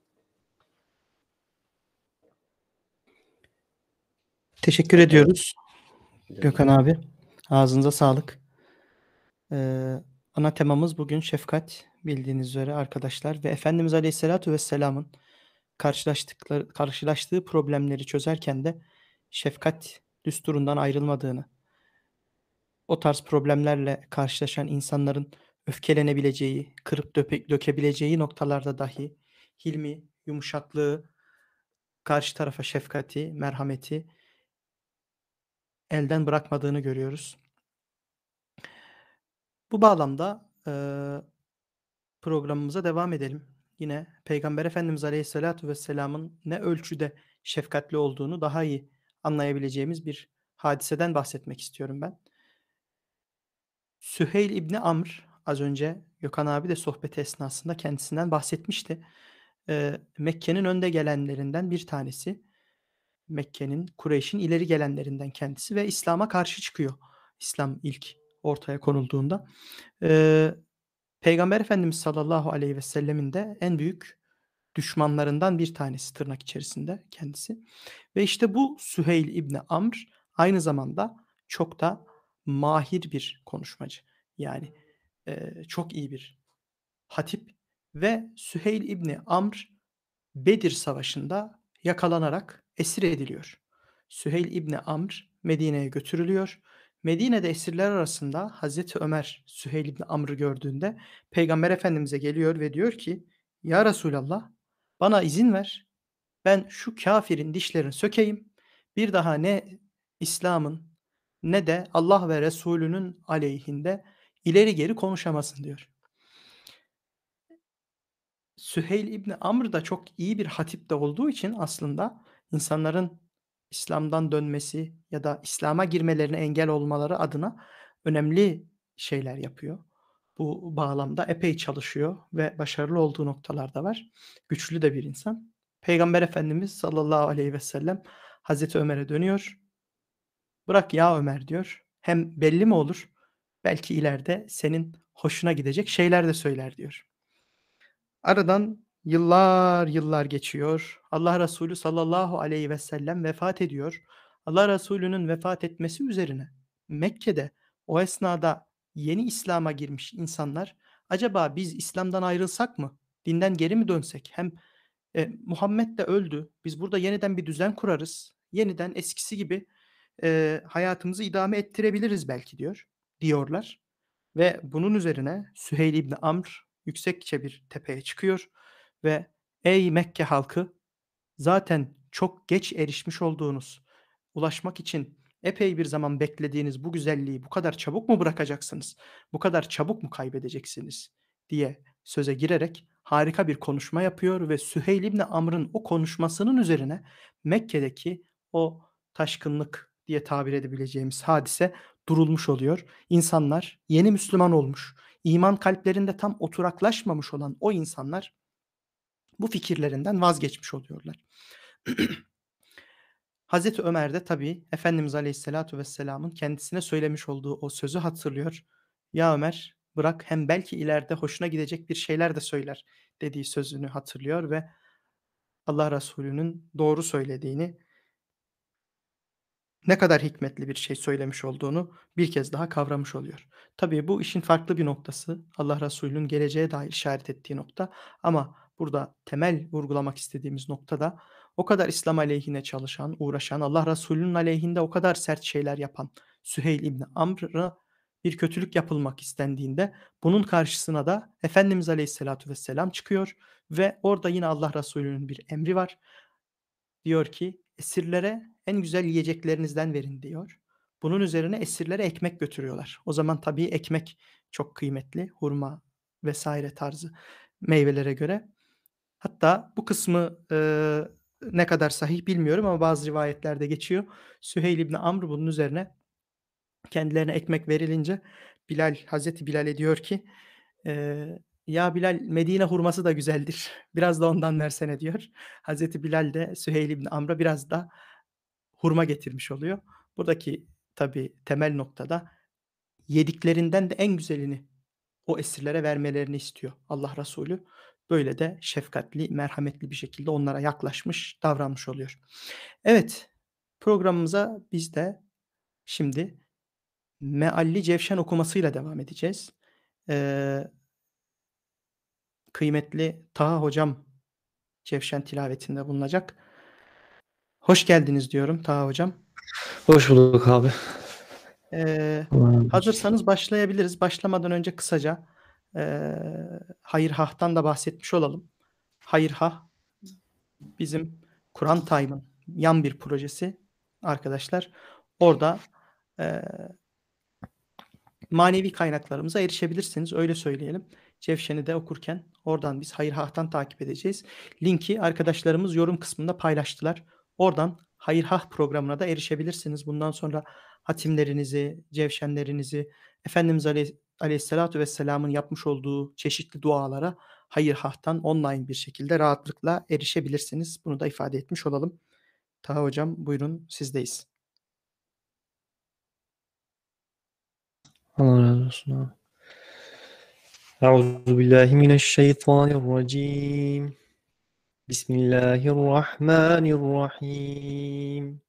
Teşekkür Evet. ediyoruz Gökhan abi. Ağzınıza sağlık. Ee, ana temamız bugün şefkat, bildiğiniz üzere arkadaşlar ve Efendimiz Aleyhisselatü Vesselam'ın karşılaştıkları, karşılaştığı problemleri çözerken de şefkat düsturundan ayrılmadığını, o tarz problemlerle karşılaşan insanların öfkelenebileceği, kırıp döpe, dökebileceği noktalarda dahi hilmi, yumuşaklığı, karşı tarafa şefkati, merhameti elden bırakmadığını görüyoruz. Bu bağlamda eee, programımıza devam edelim. Yine Peygamber Efendimiz Aleyhisselatü Vesselam'ın ne ölçüde şefkatli olduğunu daha iyi anlayabileceğimiz bir hadiseden bahsetmek istiyorum ben. Süheyl İbni Amr, az önce Gökhan abi de sohbet esnasında kendisinden bahsetmişti. Eee, Mekke'nin önde gelenlerinden bir tanesi. Mekke'nin, Kureyş'in ileri gelenlerinden kendisi ve İslam'a karşı çıkıyor. İslam ilk ortaya konulduğunda. Eee, Peygamber Efendimiz sallallahu aleyhi ve sellemin de en büyük düşmanlarından bir tanesi tırnak içerisinde kendisi. Ve işte bu Süheyl İbni Amr aynı zamanda çok da mahir bir konuşmacı. Yani eee, çok iyi bir hatip ve Süheyl İbni Amr Bedir Savaşı'nda yakalanarak esir ediliyor. Süheyl İbni Amr Medine'ye götürülüyor. Medine'de esirler arasında Hazreti Ömer Süheyl İbni Amr'ı gördüğünde Peygamber Efendimiz'e geliyor ve diyor ki Ya Resulallah bana izin ver ben şu kafirin dişlerini sökeyim. Bir daha ne İslam'ın ne de Allah ve Resulünün aleyhinde ileri geri konuşamasın diyor. Süheyl İbni Amr da çok iyi bir hatip de olduğu için aslında insanların İslam'dan dönmesi ya da İslam'a girmelerine engel olmaları adına önemli şeyler yapıyor. Bu bağlamda epey çalışıyor ve başarılı olduğu noktalar da var. Güçlü de bir insan. Peygamber Efendimiz sallallahu aleyhi ve sellem Hazreti Ömer'e dönüyor. Bırak ya Ömer diyor. Hem belli mi olur? Belki ileride senin hoşuna gidecek şeyler de söyler diyor. Aradan yıllar yıllar geçiyor. Allah Resulü sallallahu aleyhi ve sellem vefat ediyor. Allah Resulü'nün vefat etmesi üzerine Mekke'de o esnada yeni İslam'a girmiş insanlar acaba biz İslam'dan ayrılsak mı? Dinden geri mi dönsek? Hem e, Muhammed de öldü. Biz burada yeniden bir düzen kurarız. Yeniden eskisi gibi e, hayatımızı idame ettirebiliriz belki diyor. Diyorlar. Ve bunun üzerine Süheyl İbni Amr yüksekçe bir tepeye çıkıyor ve ey Mekke halkı zaten çok geç erişmiş olduğunuz, ulaşmak için epey bir zaman beklediğiniz bu güzelliği bu kadar çabuk mu bırakacaksınız? Bu kadar çabuk mu kaybedeceksiniz? Diye söze girerek harika bir konuşma yapıyor ve Süheyl İbni Amr'ın o konuşmasının üzerine Mekke'deki o taşkınlık diye tabir edebileceğimiz hadise durulmuş oluyor. İnsanlar yeni Müslüman olmuş, iman kalplerinde tam oturaklaşmamış olan o insanlar bu fikirlerinden vazgeçmiş oluyorlar. Hazreti Ömer de tabii Efendimiz Aleyhisselatü Vesselam'ın kendisine söylemiş olduğu o sözü hatırlıyor. Ya Ömer bırak hem belki ileride hoşuna gidecek bir şeyler de söyler dediği sözünü hatırlıyor ve Allah Resulü'nün doğru söylediğini, ne kadar hikmetli bir şey söylemiş olduğunu bir kez daha kavramış oluyor. Tabii bu işin farklı bir noktası. Allah Resulü'nün geleceğe dair işaret ettiği nokta. Ama burada temel vurgulamak istediğimiz nokta da o kadar İslam aleyhine çalışan, uğraşan, Allah Resulü'nün aleyhinde o kadar sert şeyler yapan Süheyl İbni Amr'a bir kötülük yapılmak istendiğinde bunun karşısına da Efendimiz Aleyhisselatü Vesselam çıkıyor ve orada yine Allah Resulü'nün bir emri var. Diyor ki esirlere en güzel yiyeceklerinizden verin diyor. Bunun üzerine esirlere ekmek götürüyorlar. O zaman tabii ekmek çok kıymetli, hurma vesaire tarzı meyvelere göre. Hatta bu kısmı, ııı, ne kadar sahih bilmiyorum ama bazı rivayetlerde geçiyor. Süheyl İbni Amr bunun üzerine kendilerine ekmek verilince Bilal, Hazreti Bilal'e diyor ki, eee, "Ya Bilal, Medine hurması da güzeldir. Biraz da ondan versene." diyor. Hazreti Bilal de Süheyl İbni Amr'a biraz da hurma getirmiş oluyor. Buradaki tabii temel noktada yediklerinden de en güzelini o esirlere vermelerini istiyor Allah Resulü. Böyle de şefkatli, merhametli bir şekilde onlara yaklaşmış, davranmış oluyor. Evet, programımıza biz de şimdi mealli cevşen okumasıyla devam edeceğiz. Eee kıymetli Taha hocam cevşen tilavetinde bulunacak. Hoş geldiniz diyorum Taha hocam. Hoş bulduk abi. Eee, Allah razı olsun. hazırsanız başlayabiliriz. Başlamadan önce kısaca, eee, Hayır Hah'tan da bahsetmiş olalım. Hayır Hah bizim Kur'an Time'ın yan bir projesi arkadaşlar. Orada, eee manevi kaynaklarımıza erişebilirsiniz, öyle söyleyelim. Cevşen'i de okurken oradan biz Hayır Hah'tan takip edeceğiz. Linki arkadaşlarımız yorum kısmında paylaştılar. Oradan Hayır Hah programına da erişebilirsiniz. Bundan sonra hatimlerinizi, cevşenlerinizi, Efendimiz Aleyh Aleyhisselatu Vesselam'ın yapmış olduğu çeşitli dualara Hayır Hah'tan online bir şekilde rahatlıkla erişebilirsiniz. Bunu da ifade etmiş olalım. Taha hocam buyurun sizdeyiz. Allah razı olsun abi. Euzubillahimineşşeytanirracim. Bismillahirrahmanirrahim.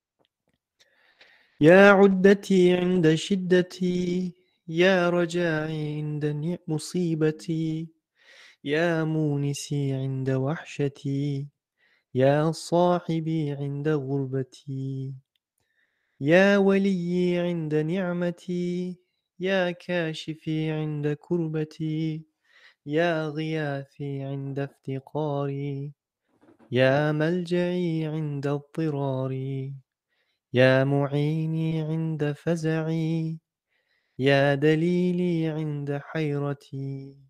Ya uddeti inde şiddeti, ya raca'i inde ni- musibeti, ya munisi inde vahşeti, ya sahibi inde gurbeti. يا ولي عند نعمتي يا كاشفي عند كربتي يا غياثي عند افتقاري يا ملجئي عند اضطراري يا معيني عند فزعي يا دليلي عند حيرتي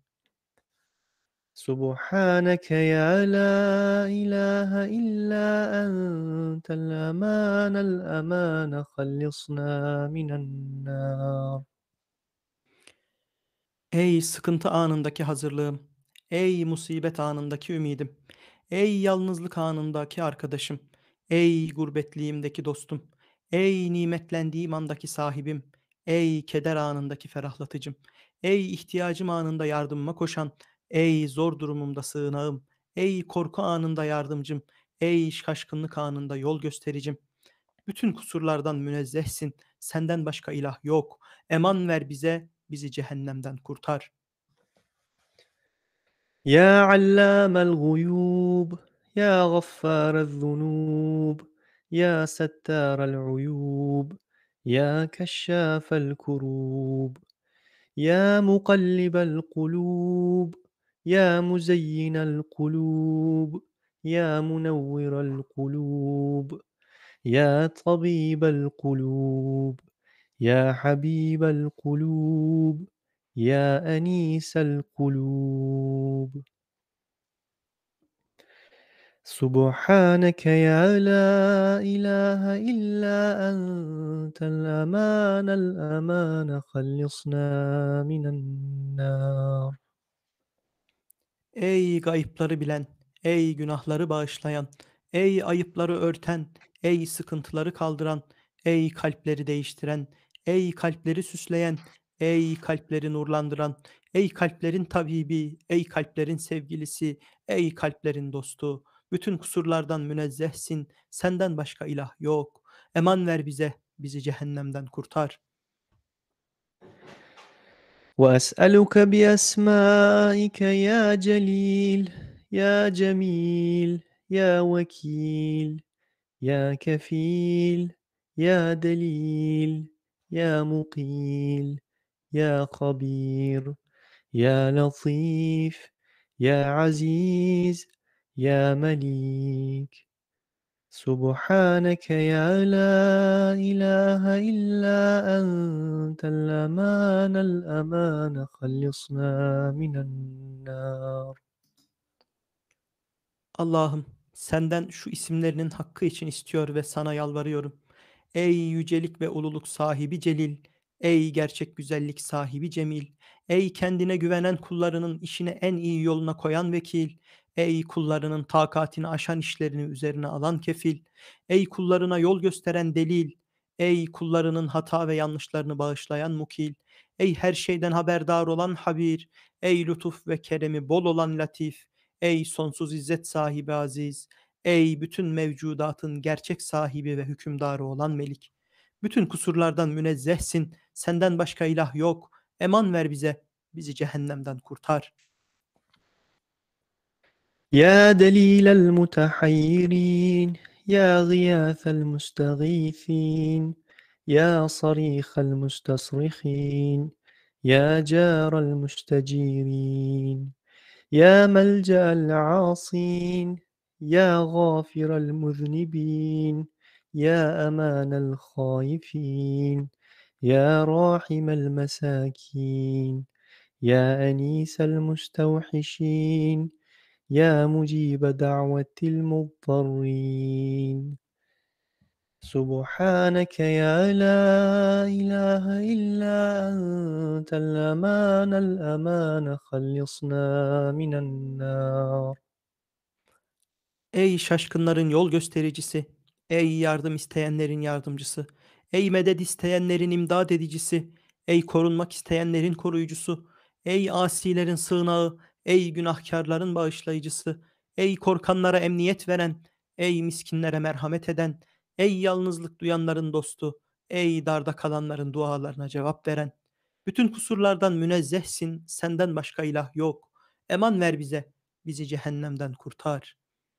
سبحانك يا لا إله إلا أنت الأمان الأمان خلصنا من النار. Ey sıkıntı anındaki hazırlığım, ey musibet anındaki ümidim, ey yalnızlık anındaki arkadaşım, ey gurbetliğimdeki dostum, ey nimetlendiğim andaki sahibim, ey keder anındaki ferahlatıcım, ey ihtiyacım anında yardımıma koşan, ey zor durumumda sığınağım, ey korku anında yardımcım, ey şaşkınlık anında yol göstericim. Bütün kusurlardan münezzehsin, senden başka ilah yok. Eman ver bize, bizi cehennemden kurtar. يا علام الغيوب يا غفار الذنوب يا ستار العيوب يا كشاف الكروب يا مقلب القلوب يا مزين القلوب يا منور القلوب يا طبيب القلوب يا حبيب القلوب يا أنيس القلوب سبحانك يا لا إله إلا أنت الأمان الأمان خلصنا من النار. Ey gayıpları bilen, ey günahları bağışlayan, ey ayıpları örten, ey sıkıntıları kaldıran, ey kalpleri değiştiren, ey kalpleri süsleyen, ey kalpleri nurlandıran, ey kalplerin tabibi, ey kalplerin sevgilisi, ey kalplerin dostu. Bütün kusurlardan münezzehsin, senden başka ilah yok. Eman ver bize, bizi cehennemden kurtar. وأسألك بأسمائك يا جليل يا جميل يا وكيل يا كفيل يا دليل يا مقيل يا خبير يا لطيف يا عزيز يا مليك سبحانك يا لا إله إلا أنت الأمان الأمان خلصنا من النار. Allah'ım, senden şu isimlerinin hakkı için istiyor ve sana yalvarıyorum. Ey yücelik ve ululuk sahibi Celil, ey gerçek güzellik sahibi Cemil, ey kendine güvenen kullarının işini en iyi yoluna koyan vekil, ey kullarının takatini aşan işlerini üzerine alan kefil, ey kullarına yol gösteren delil, ey kullarının hata ve yanlışlarını bağışlayan mukil, ey her şeyden haberdar olan habir, ey lütuf ve keremi bol olan latif, ey sonsuz izzet sahibi aziz, ey bütün mevcudatın gerçek sahibi ve hükümdarı olan Melik. Bütün kusurlardan münezzehsin, senden başka ilah yok. Eman ver bize, bizi cehennemden kurtar. يا دليل المتحيرين يا غياث المستغيثين يا صريخ المستصرخين يا جار المستجيرين يا ملجأ العاصين يا غافر المذنبين يا أمان الخائفين يا راحم المساكين يا أنيس المستوحشين يا مجيب دعوة المضطرين سبحانك يا لا إله إلا أنت الأمان الأمان خلصنا من النار. Ey şaşkınların yol göstericisi, ey yardım isteyenlerin yardımcısı, ey medet isteyenlerin imdad edicisi, ey korunmak isteyenlerin koruyucusu, ey asilerin sığınağı, ey günahkarların bağışlayıcısı, ey korkanlara emniyet veren, ey miskinlere merhamet eden, ey yalnızlık duyanların dostu, ey darda kalanların dualarına cevap veren. Bütün kusurlardan münezzehsin, senden başka ilah yok. Eman ver bize, bizi cehennemden kurtar.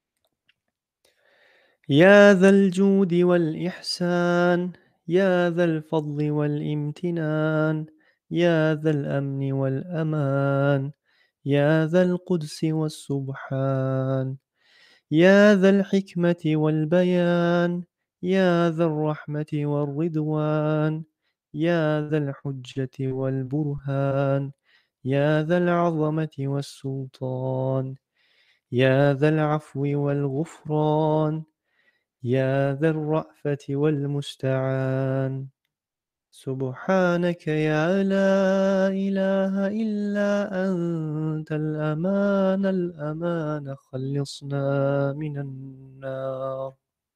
يا ذا الجود والإحسان يا ذا الفضل والامتنان يا ذا الأمن والأمان يا ذا القدس والسبحان يا ذا الحكمة والبيان يا ذا الرحمة والرضوان يا ذا الحجة والبرهان يا ذا العظمة والسلطان يا ذا العفو والغفران يا ذا الرأفة والمستعان سبحانك يا لا إله إلا أنت الأمان الأمان خلصنا من النار.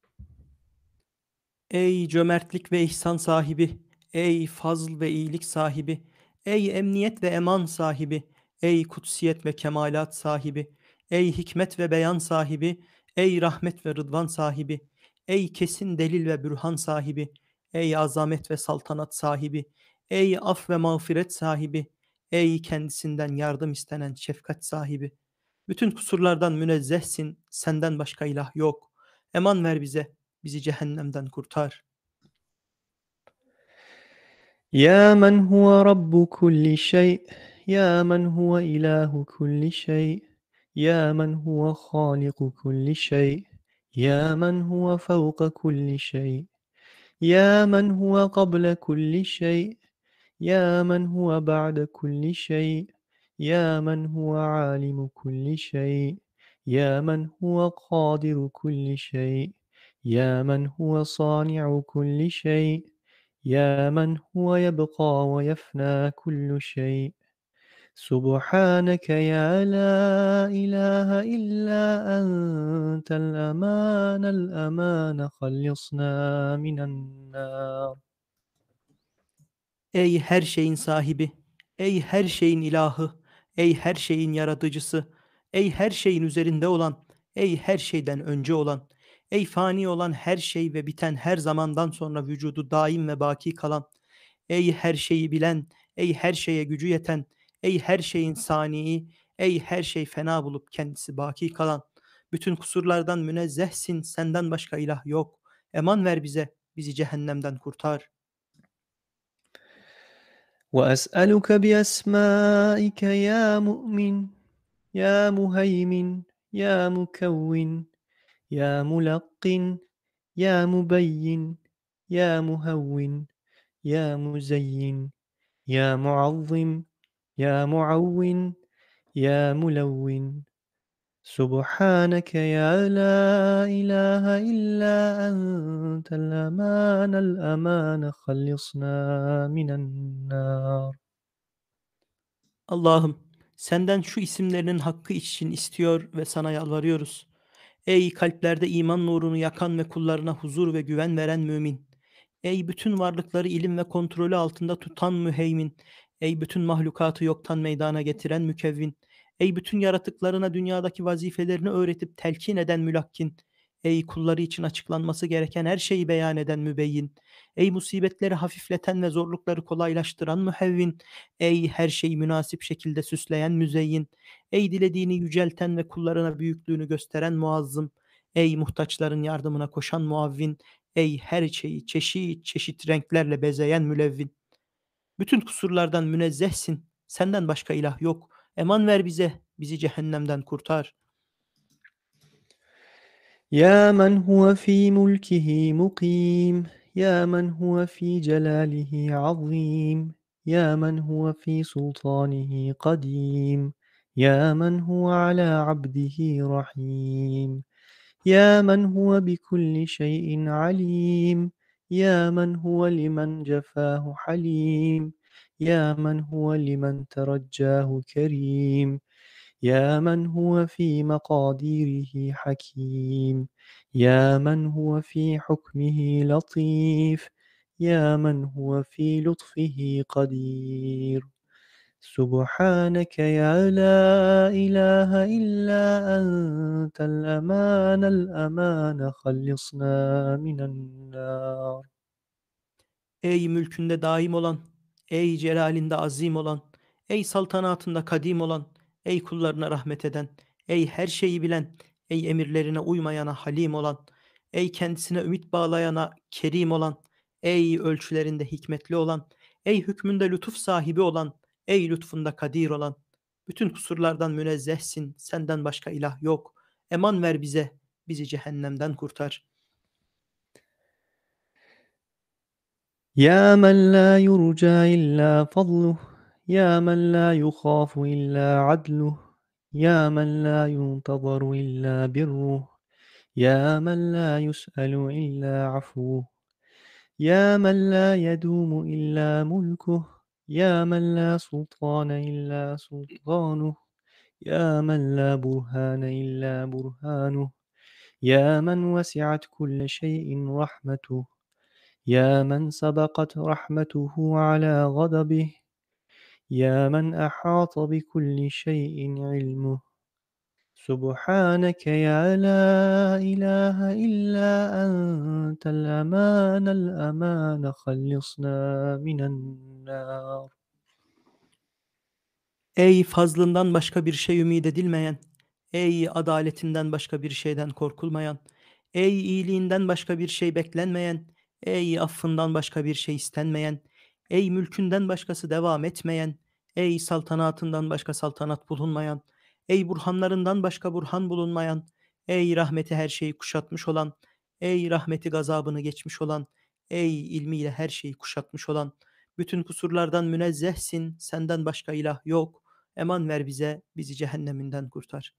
Ey cömertlik ve ihsan sahibi, ey fazl ve iyilik sahibi, ey emniyet ve eman sahibi, ey kutsiyet ve kemalat sahibi, ey hikmet ve beyan sahibi, ey rahmet ve rıdvan sahibi, ey kesin delil ve bürhan sahibi, ey azamet ve saltanat sahibi, ey af ve mağfiret sahibi, ey kendisinden yardım istenen şefkat sahibi. Bütün kusurlardan münezzehsin, senden başka ilah yok. Eman ver bize, bizi cehennemden kurtar. يا من هو رب كل شيء يا من هو إله كل شيء يا من هو خالق كل شيء يا من هو فوق كل شيء يا من هو قبل كل شيء يا من هو بعد كل شيء يا من هو عالم كل شيء يا من هو قادر كل شيء يا من هو صانع كل شيء يا من هو يبقى ويفنى كل شيء سبحانك يا لا إله إلا أنت الأمان الأمان خلصنا من النار. Ey her şeyin sahibi, ey her şeyin ilahı, ey her şeyin yaratıcısı, ey her şeyin üzerinde olan, ey her şeyden önce olan, ey fani olan her şey ve biten her zamandan sonra vücudu daim ve baki kalan, ey her şeyi bilen, ey her şeye gücü yeten, ey her şeyin saniyi, ey her şey fena bulup kendisi baki kalan, bütün kusurlardan münezzehsin, senden başka ilah yok. Eman ver bize, bizi cehennemden kurtar. وأسألك بأسمائك يا مؤمن يا مهيمن يا مكون يا ملقن يا مبين يا مهون يا مزين يا معظم يا معون يا ملون سبحانك يا لا إله إلا أنت الأمان الأمان خلصنا من النار. Allah'ım, senden şu isimlerinin hakkı için istiyor ve sana yalvarıyoruz. Ey kalplerde iman nurunu yakan ve kullarına huzur ve güven veren mümin. Ey bütün varlıkları ilim ve kontrolü altında tutan müheymin. Ey bütün mahlukatı yoktan meydana getiren mükevvin. Ey bütün yaratıklarına dünyadaki vazifelerini öğretip telkin eden mülakkin. Ey kulları için açıklanması gereken her şeyi beyan eden mübeyyin. Ey musibetleri hafifleten ve zorlukları kolaylaştıran mühevvin. Ey her şeyi münasip şekilde süsleyen müzeyyin. Ey dilediğini yücelten ve kullarına büyüklüğünü gösteren muazzım. Ey muhtaçların yardımına koşan muavvin. Ey her şeyi çeşit çeşit renklerle bezeyen mülevvin. Bütün kusurlardan münezzehsin. Senden başka ilah yok. Eman ver bize, bizi cehennemden kurtar. يا من هو في ملكه مقيم يا من هو في جلاله عظيم يا من هو في سلطانه قديم يا من هو على عبده رحيم يا من هو بكل شيء عليم يا من هو لمن جفاه حليم يا من هو لمن ترجاه كريم يا من هو في مقاديره حكيم يا من هو في حكمه لطيف يا من هو في لطفه قدير سبحانك يا لا إله إلا أنت الأمان الأمان خلصنا من النار. Ey mülkünde daim olan, ey celalinde azim olan, ey saltanatında kadim olan, ey kullarına rahmet eden, ey her şeyi bilen, ey emirlerine uymayana halim olan, ey kendisine ümit bağlayana kerim olan, ey ölçülerinde hikmetli olan, ey hükmünde lütuf sahibi olan, ey lütfunda kadir olan. Bütün kusurlardan münezzehsin, senden başka ilah yok. Eman ver bize, bizi cehennemden kurtar. يا من لا يرجى إلا فضله يا من لا يخاف إلا عدله يا من لا ينتظر إلا بره يا من لا يسأل إلا عفوه يا من لا يدوم إلا ملكه يا من لا سلطان إلا سلطانه يا من لا برهان إلا برهانه يا من وسعت كل شيء رحمته يا من سبقت رحمته على غضبه يا من أحاط بكل شيء علمه سبحانك يا لا إله إلا أنت الأمان الأمان خلصنا من النار. Ey fazlından başka bir şey ümid edilmeyen, ey adaletinden başka bir şeyden korkulmayan, ey iyiliğinden başka bir şey beklenmeyen, ey affından başka bir şey istenmeyen, ey mülkünden başkası devam etmeyen, ey saltanatından başka saltanat bulunmayan, ey burhanlarından başka burhan bulunmayan, ey rahmeti her şeyi kuşatmış olan, ey rahmeti gazabını geçmiş olan, ey ilmiyle her şeyi kuşatmış olan, bütün kusurlardan münezzehsin, senden başka ilah yok. Eman ver bize, bizi cehenneminden kurtar.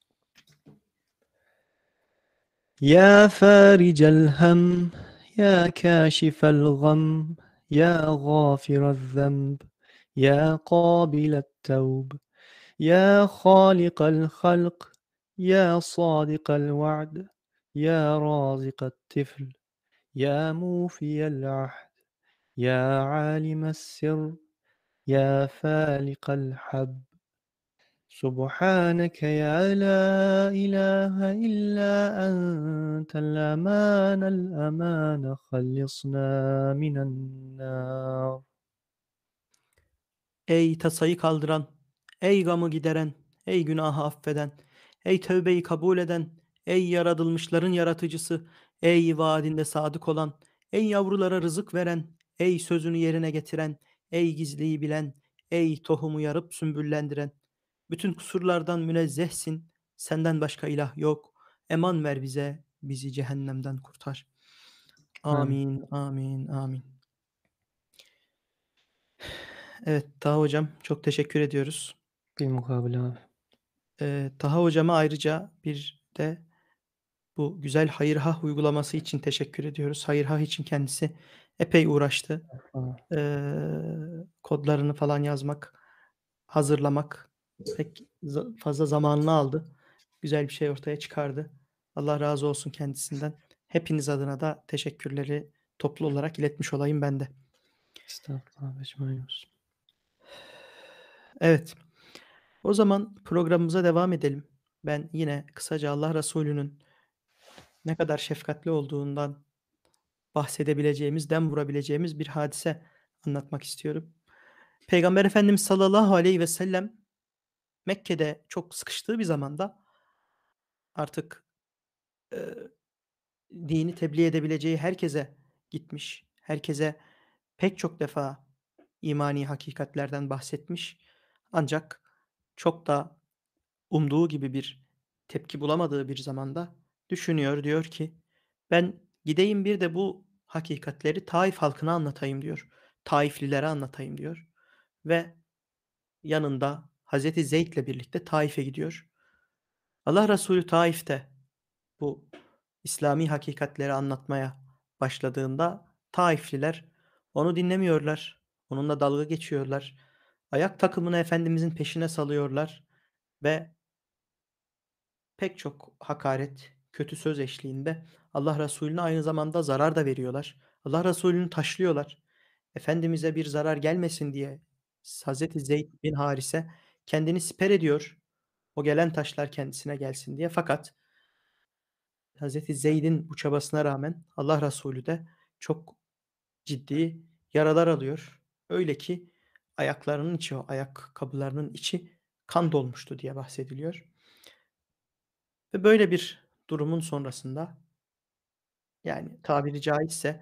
يا فارج الهم يا كاشف الغم يا غافر الذنب يا قابل التوب يا خالق الخلق يا صادق الوعد يا رازق الطفل يا موفي العهد يا عالم السر يا فالق الحب سبحانك يا لا إله إلا أنت الأمان الأمان خلصنا من النار. Ey tasayı kaldıran, ey gamı gideren, ey günahı affeden, ey tövbeyi kabul eden, ey yaratılmışların yaratıcısı, ey vaadinde sadık olan, ey yavrulara rızık veren, ey sözünü yerine getiren, ey gizliyi bilen, ey tohumu yarıp sümbüllendiren. Bütün kusurlardan münezzehsin, senden başka ilah yok. Eman ver bize, bizi cehennemden kurtar. Amin, amin, amin. Evet, Taha hocam çok teşekkür ediyoruz. Bilmukabele abi. Eee, Taha hocama ayrıca bir de bu güzel Hayırhah uygulaması için teşekkür ediyoruz. Hayırhah için kendisi epey uğraştı. Aa, Eee, kodlarını falan yazmak, hazırlamak pek za fazla zamanını aldı. Güzel bir şey ortaya çıkardı. Allah razı olsun kendisinden. Hepiniz adına da teşekkürleri toplu olarak iletmiş olayım ben de. Estağfurullah ve ecmaîn olsun. Evet, o zaman programımıza devam edelim. Ben yine kısaca Allah Resulü'nün ne kadar şefkatli olduğundan bahsedebileceğimiz, dem vurabileceğimiz bir hadise anlatmak istiyorum. Peygamber Efendimiz sallallahu aleyhi ve sellem Mekke'de çok sıkıştığı bir zamanda artık, eee, dini tebliğ edebileceği herkese gitmiş, herkese pek çok defa imani hakikatlerden bahsetmiş. Ancak çok da umduğu gibi bir tepki bulamadığı bir zamanda düşünüyor, diyor ki, "Ben gideyim bir de bu hakikatleri Taif halkına anlatayım." diyor. Taiflilere anlatayım diyor ve yanında Hazreti Zeyd'le birlikte Taif'e gidiyor. Allah Resulü Taif'te bu İslami hakikatleri anlatmaya başladığında Taifliler onu dinlemiyorlar. Onunla dalga geçiyorlar. Ayak takımını Efendimizin peşine salıyorlar ve pek çok hakaret, kötü söz eşliğinde Allah Resulüne aynı zamanda zarar da veriyorlar. Allah Resulü'nü taşlıyorlar. Efendimiz'e bir zarar gelmesin diye Hazreti Zeyd bin Harise kendini siper ediyor. O gelen taşlar kendisine gelsin diye. Fakat Hazreti Zeyd'in bu çabasına rağmen Allah Resulü de çok ciddi yaralar alıyor. Öyle ki ayaklarının içi, o ayakkabılarının içi kan dolmuştu diye bahsediliyor. Ve böyle bir durumun sonrasında, yani tabiri caizse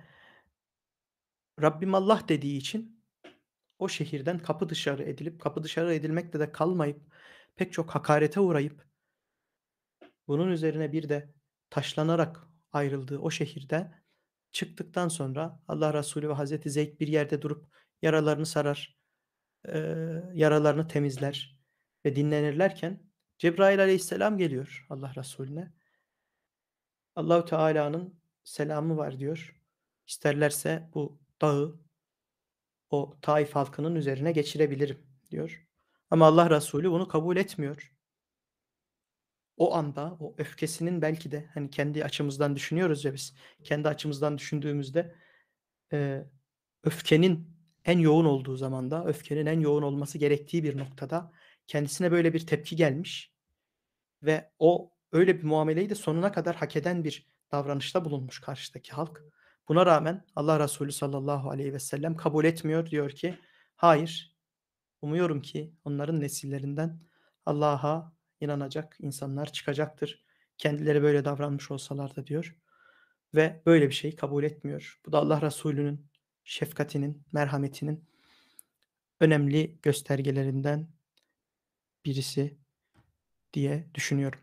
Rabbim Allah dediği için o şehirden kapı dışarı edilip, kapı dışarı edilmekle de kalmayıp, pek çok hakarete uğrayıp, bunun üzerine bir de taşlanarak ayrıldığı o şehirde çıktıktan sonra Allah Resulü ve Hazreti Zeyd bir yerde durup yaralarını sarar, eee, yaralarını temizler ve dinlenirlerken Cebrail Aleyhisselam geliyor Allah Resulüne. Allahu Teala'nın selamı var diyor. İsterlerse bu dağı o Taif halkının üzerine geçirebilirim diyor. Ama Allah Resulü bunu kabul etmiyor. O anda o öfkesinin belki de hani kendi açımızdan düşünüyoruz ya biz. Kendi açımızdan düşündüğümüzde eee, öfkenin en yoğun olduğu zamanda, öfkenin en yoğun olması gerektiği bir noktada kendisine böyle bir tepki gelmiş ve o öyle bir muameleyi de sonuna kadar hak eden bir davranışta bulunmuş karşıdaki halk. Buna rağmen Allah Resulü sallallahu aleyhi ve sellem kabul etmiyor. Diyor ki, "Hayır, umuyorum ki onların nesillerinden Allah'a inanacak insanlar çıkacaktır. Kendileri böyle davranmış olsalar da." diyor ve böyle bir şeyi kabul etmiyor. Bu da Allah Resulü'nün şefkatinin, merhametinin önemli göstergelerinden birisi diye düşünüyorum.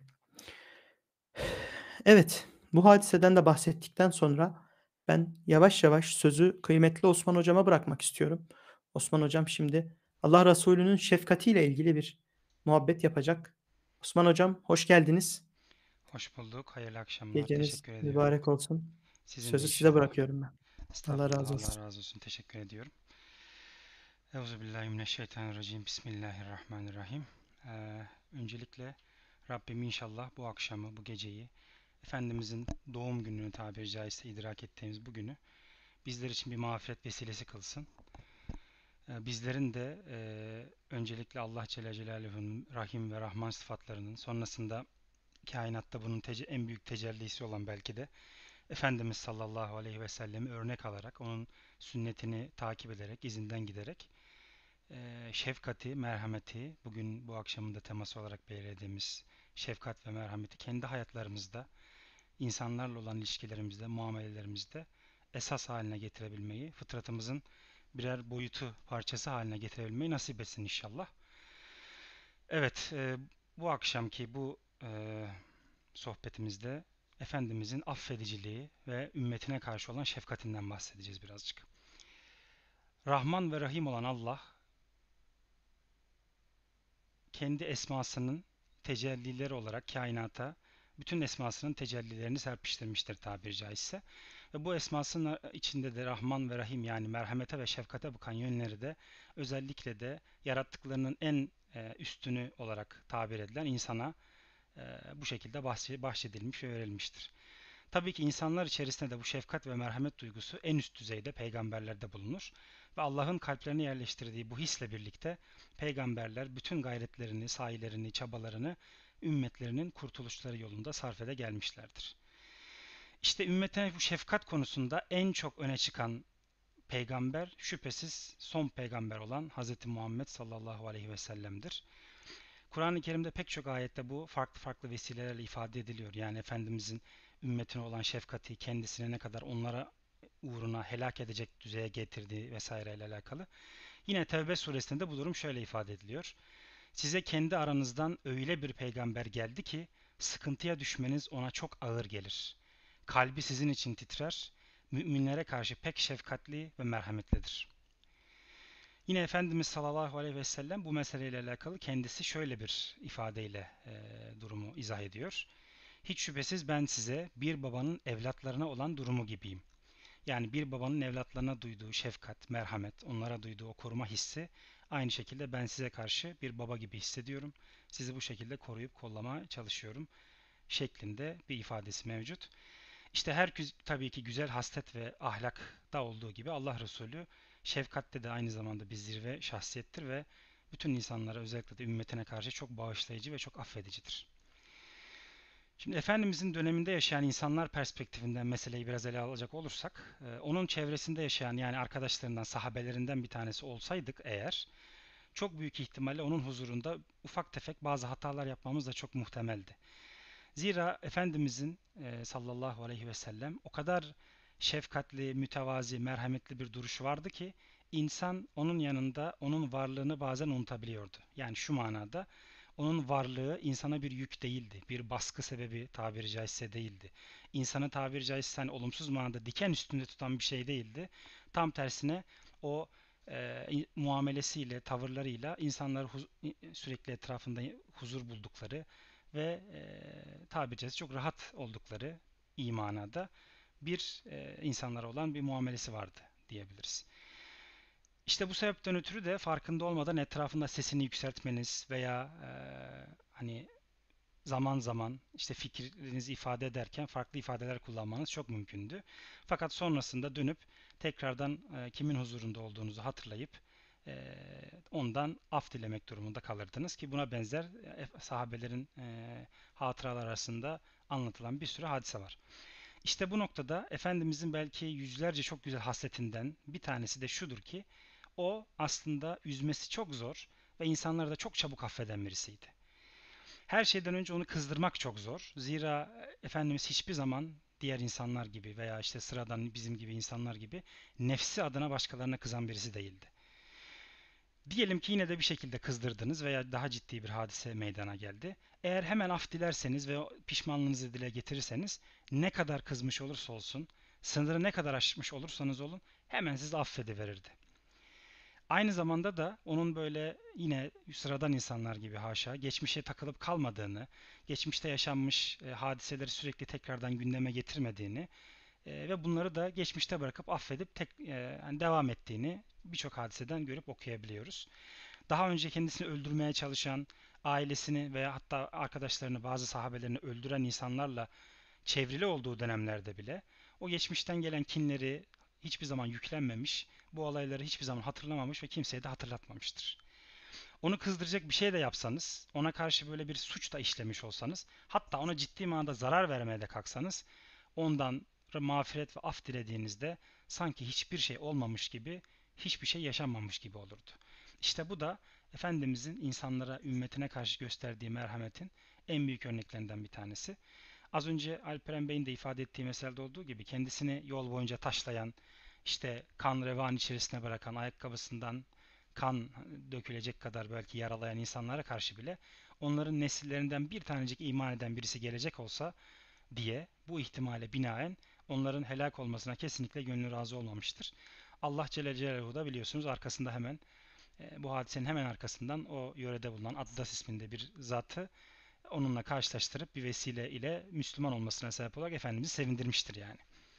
Evet, bu hadiseden de bahsettikten sonra ben yavaş yavaş sözü kıymetli Osman Hocama bırakmak istiyorum. Osman Hocam şimdi Allah Resulü'nün şefkatiyle ilgili bir muhabbet yapacak. Osman Hocam hoş geldiniz. Hoş bulduk. Hayırlı akşamlar. Geceniz Teşekkür ediyorum. mübarek olsun. Sizin de Sözü size inşallah. bırakıyorum ben. Allah Estağfurullah. razı Allah olsun. razı olsun. Teşekkür ediyorum. Euzubillahimineşşeytanirracim. Bismillahirrahmanirrahim. Ee, öncelikle Rabbim inşallah bu akşamı, bu geceyi, Efendimizin doğum gününü tabiri caizse idrak ettiğimiz bu günü bizler için bir mağfiret vesilesi kılsın. Ee, bizlerin de e, öncelikle Allah Celle Celaluhu'nun Rahim ve Rahman sıfatlarının, sonrasında kainatta bunun tece- en büyük tecellisi olan belki de Efendimiz sallallahu aleyhi ve sellemi örnek alarak, onun sünnetini takip ederek, izinden giderek eee, şefkati, merhameti, bugün bu akşamın da teması olarak belirlediğimiz şefkat ve merhameti kendi hayatlarımızda, insanlarla olan ilişkilerimizde, muamelelerimizde esas haline getirebilmeyi, fıtratımızın birer boyutu, parçası haline getirebilmeyi nasip etsin inşallah. Evet, eee, bu akşamki bu eee, sohbetimizde Efendimizin affediciliği ve ümmetine karşı olan şefkatinden bahsedeceğiz birazcık. Rahman ve Rahim olan Allah, kendi esmasının tecellileri olarak kainata bütün esmasının tecellilerini serpiştirmiştir tabiri caizse. Ve bu esmasının içinde de Rahman ve Rahim, yani merhamete ve şefkate bakan yönleri de özellikle de yarattıklarının en e, üstünü olarak tabir edilen insana e, bu şekilde bahşedilmiş ve verilmiştir. Tabii ki insanlar içerisinde de bu şefkat ve merhamet duygusu en üst düzeyde peygamberlerde bulunur. Ve Allah'ın kalplerine yerleştirdiği bu hisle birlikte peygamberler bütün gayretlerini, sahilerini, çabalarını ümmetlerinin kurtuluşları yolunda sarf ede gelmişlerdir. İşte ümmetine bu şefkat konusunda en çok öne çıkan peygamber şüphesiz son peygamber olan Hz. Muhammed sallallahu aleyhi ve sellem'dir. Kur'an-ı Kerim'de pek çok ayette bu farklı farklı vesilelerle ifade ediliyor. Yani Efendimizin ümmetine olan şefkati, kendisine ne kadar onlara uğruna helak edecek düzeye getirdiği vesaireyle alakalı. Yine Tevbe suresinde bu durum şöyle ifade ediliyor. Size kendi aranızdan öyle bir peygamber geldi ki sıkıntıya düşmeniz ona çok ağır gelir. Kalbi sizin için titrer, müminlere karşı pek şefkatli ve merhametlidir. Yine Efendimiz sallallahu aleyhi ve sellem bu meseleyle alakalı kendisi şöyle bir ifadeyle e, durumu izah ediyor. Hiç şüphesiz ben size bir babanın evlatlarına olan durumu gibiyim. Yani bir babanın evlatlarına duyduğu şefkat, merhamet, onlara duyduğu o koruma hissi aynı şekilde ben size karşı bir baba gibi hissediyorum. Sizi bu şekilde koruyup kollamaya çalışıyorum şeklinde bir ifadesi mevcut. İşte her tabii ki güzel haslet ve ahlakta olduğu gibi Allah Resulü şefkatte de aynı zamanda bir zirve şahsiyettir ve bütün insanlara, özellikle de ümmetine karşı çok bağışlayıcı ve çok affedicidir. Şimdi Efendimizin döneminde yaşayan insanlar perspektifinden meseleyi biraz ele alacak olursak, onun çevresinde yaşayan, yani arkadaşlarından, sahabelerinden bir tanesi olsaydık eğer, çok büyük ihtimalle onun huzurunda ufak tefek bazı hatalar yapmamız da çok muhtemeldi. Zira Efendimizin e, sallallahu aleyhi ve sellem o kadar şefkatli, mütevazi, merhametli bir duruşu vardı ki insan onun yanında onun varlığını bazen unutabiliyordu. Yani şu manada onun varlığı insana bir yük değildi, bir baskı sebebi tabiri caizse değildi. İnsanı tabiri caizse hani olumsuz manada diken üstünde tutan bir şey değildi. Tam tersine o e, muamelesiyle, tavırlarıyla insanlar sürekli etrafında huzur buldukları ve e, tabiri caizse çok rahat oldukları imanada bir e, insanlara olan bir muamelesi vardı diyebiliriz. İşte bu sebepten ötürü de farkında olmadan etrafında sesini yükseltmeniz veya e, hani zaman zaman işte fikrinizi ifade ederken farklı ifadeler kullanmanız çok mümkündü. Fakat sonrasında dönüp tekrardan e, kimin huzurunda olduğunuzu hatırlayıp e, ondan af dilemek durumunda kalırdınız ki buna benzer e, sahabelerin e, hatıralar arasında anlatılan bir sürü hadise var. İşte bu noktada Efendimizin belki yüzlerce çok güzel hasletinden bir tanesi de şudur ki o aslında üzmesi çok zor ve insanları da çok çabuk affeden birisiydi. Her şeyden önce onu kızdırmak çok zor. Zira Efendimiz hiçbir zaman diğer insanlar gibi veya işte sıradan bizim gibi insanlar gibi nefsi adına başkalarına kızan birisi değildi. Diyelim ki yine de bir şekilde kızdırdınız veya daha ciddi bir hadise meydana geldi. Eğer hemen af dilerseniz ve pişmanlığınızı dile getirirseniz ne kadar kızmış olursa olsun, sınırı ne kadar aşmış olursanız olun hemen sizi affediverirdi. Aynı zamanda da onun böyle yine sıradan insanlar gibi haşa geçmişe takılıp kalmadığını, geçmişte yaşanmış e, hadiseleri sürekli tekrardan gündeme getirmediğini e, ve bunları da geçmişte bırakıp affedip tek, e, yani devam ettiğini birçok hadiseden görüp okuyabiliyoruz. Daha önce kendisini öldürmeye çalışan, ailesini veya hatta arkadaşlarını, bazı sahabelerini öldüren insanlarla çevrili olduğu dönemlerde bile o geçmişten gelen kinleri hiçbir zaman yüklenmemiş, bu olayları hiçbir zaman hatırlamamış ve kimseye de hatırlatmamıştır. Onu kızdıracak bir şey de yapsanız, ona karşı böyle bir suç da işlemiş olsanız, hatta ona ciddi manada zarar vermeye de kalksanız, ondan mağfiret ve af dilediğinizde sanki hiçbir şey olmamış gibi, hiçbir şey yaşanmamış gibi olurdu. İşte bu da Efendimizin insanlara, ümmetine karşı gösterdiği merhametin en büyük örneklerinden bir tanesi. Az önce Alperen Bey'in de ifade ettiği meselede olduğu gibi kendisini yol boyunca taşlayan, işte kan revan içerisine bırakan, ayakkabısından kan dökülecek kadar belki yaralayan insanlara karşı bile onların nesillerinden bir tanecik iman eden birisi gelecek olsa diye bu ihtimale binaen onların helak olmasına kesinlikle gönlü razı olmamıştır. Allah Celle Celaluhu da biliyorsunuz arkasında hemen e, bu hadisenin hemen arkasından o yörede bulunan Addas isminde bir zatı onunla karşılaştırıp bir vesile ile Müslüman olmasına sebep olarak Efendimiz'i sevindirmiştir yani.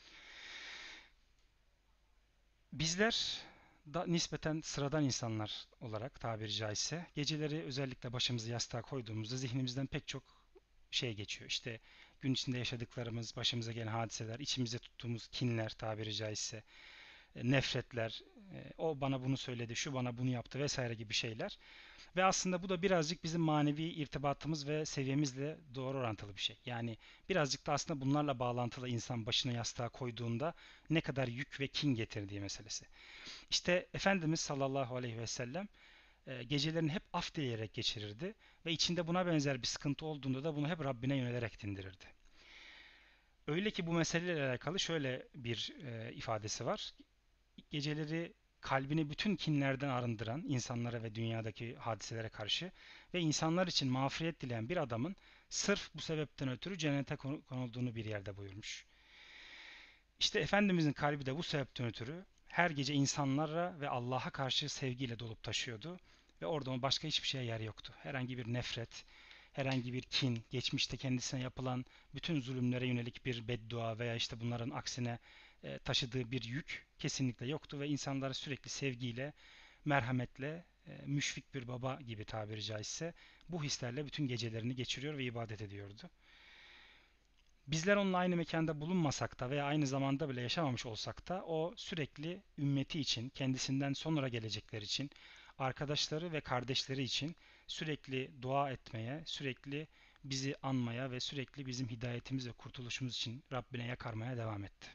Bizler da nispeten sıradan insanlar olarak tabiri caizse geceleri özellikle başımızı yastığa koyduğumuzda zihnimizden pek çok şey geçiyor. İşte gün içinde yaşadıklarımız, başımıza gelen hadiseler, içimizde tuttuğumuz kinler tabiri caizse, e, nefretler, e, o bana bunu söyledi, şu bana bunu yaptı vesaire gibi şeyler. Ve aslında bu da birazcık bizim manevi irtibatımız ve seviyemizle doğru orantılı bir şey. Yani birazcık da aslında bunlarla bağlantılı insan başına yastığa koyduğunda ne kadar yük ve kin getirdiği meselesi. İşte Efendimiz sallallahu aleyhi ve sellem e, gecelerini hep af dileyerek geçirirdi ve içinde buna benzer bir sıkıntı olduğunda da bunu hep Rabbine yönelerek dindirirdi. Öyle ki bu meseleyle alakalı şöyle bir e, ifadesi var. Geceleri kalbini bütün kinlerden arındıran insanlara ve dünyadaki hadiselere karşı ve insanlar için mağfiret dileyen bir adamın sırf bu sebepten ötürü cennete konulduğunu bir yerde buyurmuş. İşte Efendimizin kalbi de bu sebepten ötürü her gece insanlara ve Allah'a karşı sevgiyle dolup taşıyordu ve orada başka hiçbir şeye yer yoktu. Herhangi bir nefret, herhangi bir kin, geçmişte kendisine yapılan bütün zulümlere yönelik bir beddua veya işte bunların aksine e, taşıdığı bir yük kesinlikle yoktu ve insanlara sürekli sevgiyle, merhametle, e, müşfik bir baba gibi tabiri caizse bu hislerle bütün gecelerini geçiriyor ve ibadet ediyordu. Bizler onunla aynı mekanda bulunmasak da veya aynı zamanda bile yaşamamış olsak da o sürekli ümmeti için, kendisinden sonra gelecekler için, arkadaşları ve kardeşleri için sürekli dua etmeye, sürekli bizi anmaya ve sürekli bizim hidayetimiz ve kurtuluşumuz için Rabbine yakarmaya devam etti.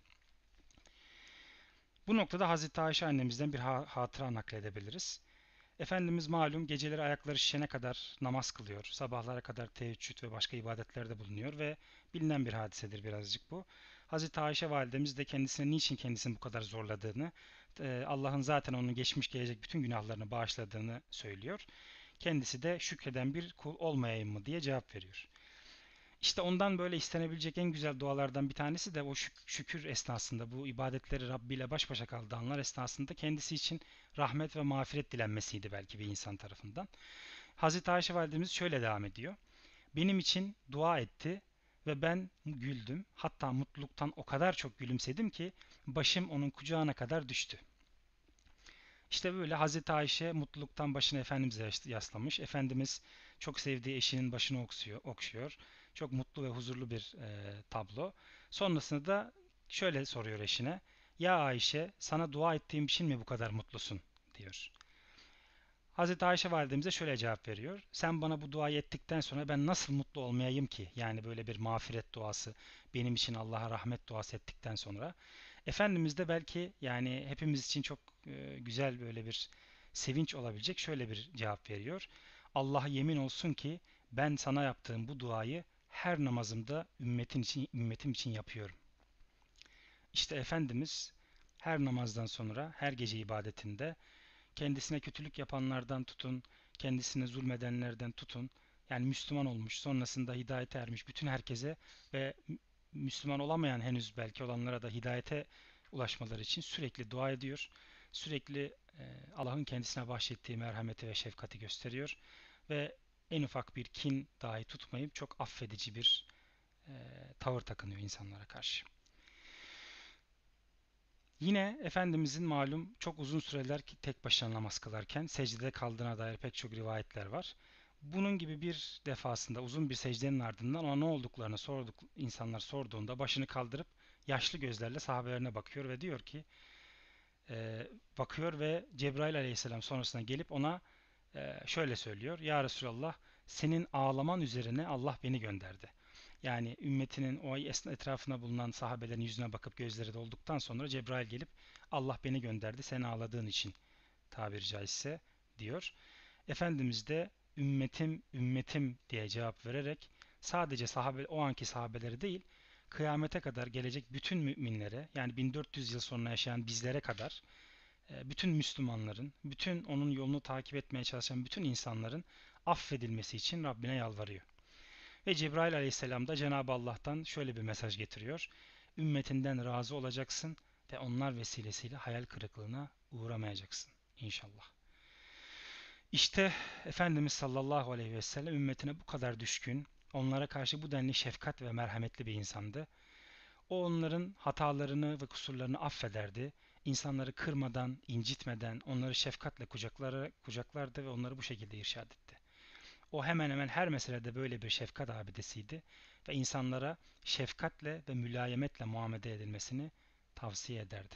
Bu noktada Hazreti Ayşe annemizden bir hatıra nakledebiliriz. Efendimiz malum geceleri ayakları şişene kadar namaz kılıyor. Sabahlara kadar teheccüd ve başka ibadetlerde bulunuyor ve bilinen bir hadisedir birazcık bu. Hazreti Ayşe validemiz de kendisine niçin kendisini bu kadar zorladığını, Allah'ın zaten onun geçmiş gelecek bütün günahlarını bağışladığını söylüyor. Kendisi de şükreden bir kul olmayayım mı diye cevap veriyor. İşte ondan böyle istenebilecek en güzel dualardan bir tanesi de o şükür esnasında, bu ibadetleri Rabbi ile baş başa kaldığı anlar esnasında kendisi için rahmet ve mağfiret dilenmesiydi belki bir insan tarafından. Hazreti Ayşe validemiz şöyle devam ediyor. Benim için dua etti ve ben güldüm. Hatta mutluluktan o kadar çok gülümsedim ki başım onun kucağına kadar düştü. İşte böyle Hazreti Ayşe mutluluktan başını Efendimiz'e yaslamış. Efendimiz çok sevdiği eşinin başını okşuyor. okşuyor. Çok mutlu ve huzurlu bir e, tablo. Sonrasında da şöyle soruyor eşine. Ya Ayşe, sana dua ettiğim için mi bu kadar mutlusun? Diyor. Hazreti Ayşe validemize şöyle cevap veriyor. Sen bana bu duayı ettikten sonra ben nasıl mutlu olmayayım ki? Yani böyle bir mağfiret duası, benim için Allah'a rahmet duası ettikten sonra. Efendimiz de belki yani hepimiz için çok e, güzel böyle bir sevinç olabilecek şöyle bir cevap veriyor. Allah'a yemin olsun ki ben sana yaptığım bu duayı her namazımda ümmetin için, ümmetim için yapıyorum. İşte Efendimiz her namazdan sonra, her gece ibadetinde kendisine kötülük yapanlardan tutun, kendisine zulmedenlerden tutun, yani Müslüman olmuş, sonrasında hidayete ermiş bütün herkese ve Müslüman olamayan henüz belki olanlara da hidayete ulaşmaları için sürekli dua ediyor. Sürekli e, Allah'ın kendisine bahşettiği merhameti ve şefkati gösteriyor ve en ufak bir kin dahi tutmayıp çok affedici bir e, tavır takınıyor insanlara karşı. Yine Efendimizin malum çok uzun süreler tek başına namaz kılarken secdede kaldığına dair pek çok rivayetler var. Bunun gibi bir defasında uzun bir secdenin ardından ona ne olduklarını sorduk, insanlar sorduğunda başını kaldırıp yaşlı gözlerle sahabelerine bakıyor ve diyor ki e, bakıyor ve Cebrail aleyhisselam sonrasında gelip ona e, şöyle söylüyor. Ya Resulallah, senin ağlaman üzerine Allah beni gönderdi. Yani ümmetinin o etrafına bulunan sahabelerin yüzüne bakıp gözleri dolduktan sonra Cebrail gelip Allah beni gönderdi sen ağladığın için tabiri caizse diyor. Efendimiz de ümmetim ümmetim diye cevap vererek sadece sahabe, o anki sahabeleri değil kıyamete kadar gelecek bütün müminlere yani bin dört yüz yıl sonra yaşayan bizlere kadar bütün Müslümanların, bütün onun yolunu takip etmeye çalışan bütün insanların affedilmesi için Rabbine yalvarıyor. Ve Cebrail aleyhisselam da Cenab-ı Allah'tan şöyle bir mesaj getiriyor. Ümmetinden razı olacaksın ve onlar vesilesiyle hayal kırıklığına uğramayacaksın inşallah. İşte Efendimiz sallallahu aleyhi ve sellem ümmetine bu kadar düşkün, onlara karşı bu denli şefkat ve merhametli bir insandı. O onların hatalarını ve kusurlarını affederdi. İnsanları kırmadan, incitmeden onları şefkatle kucaklara, kucaklardı ve onları bu şekilde irşad etti. O hemen hemen her meselede böyle bir şefkat abidesiydi ve insanlara şefkatle ve mülayemetle muamele edilmesini tavsiye ederdi.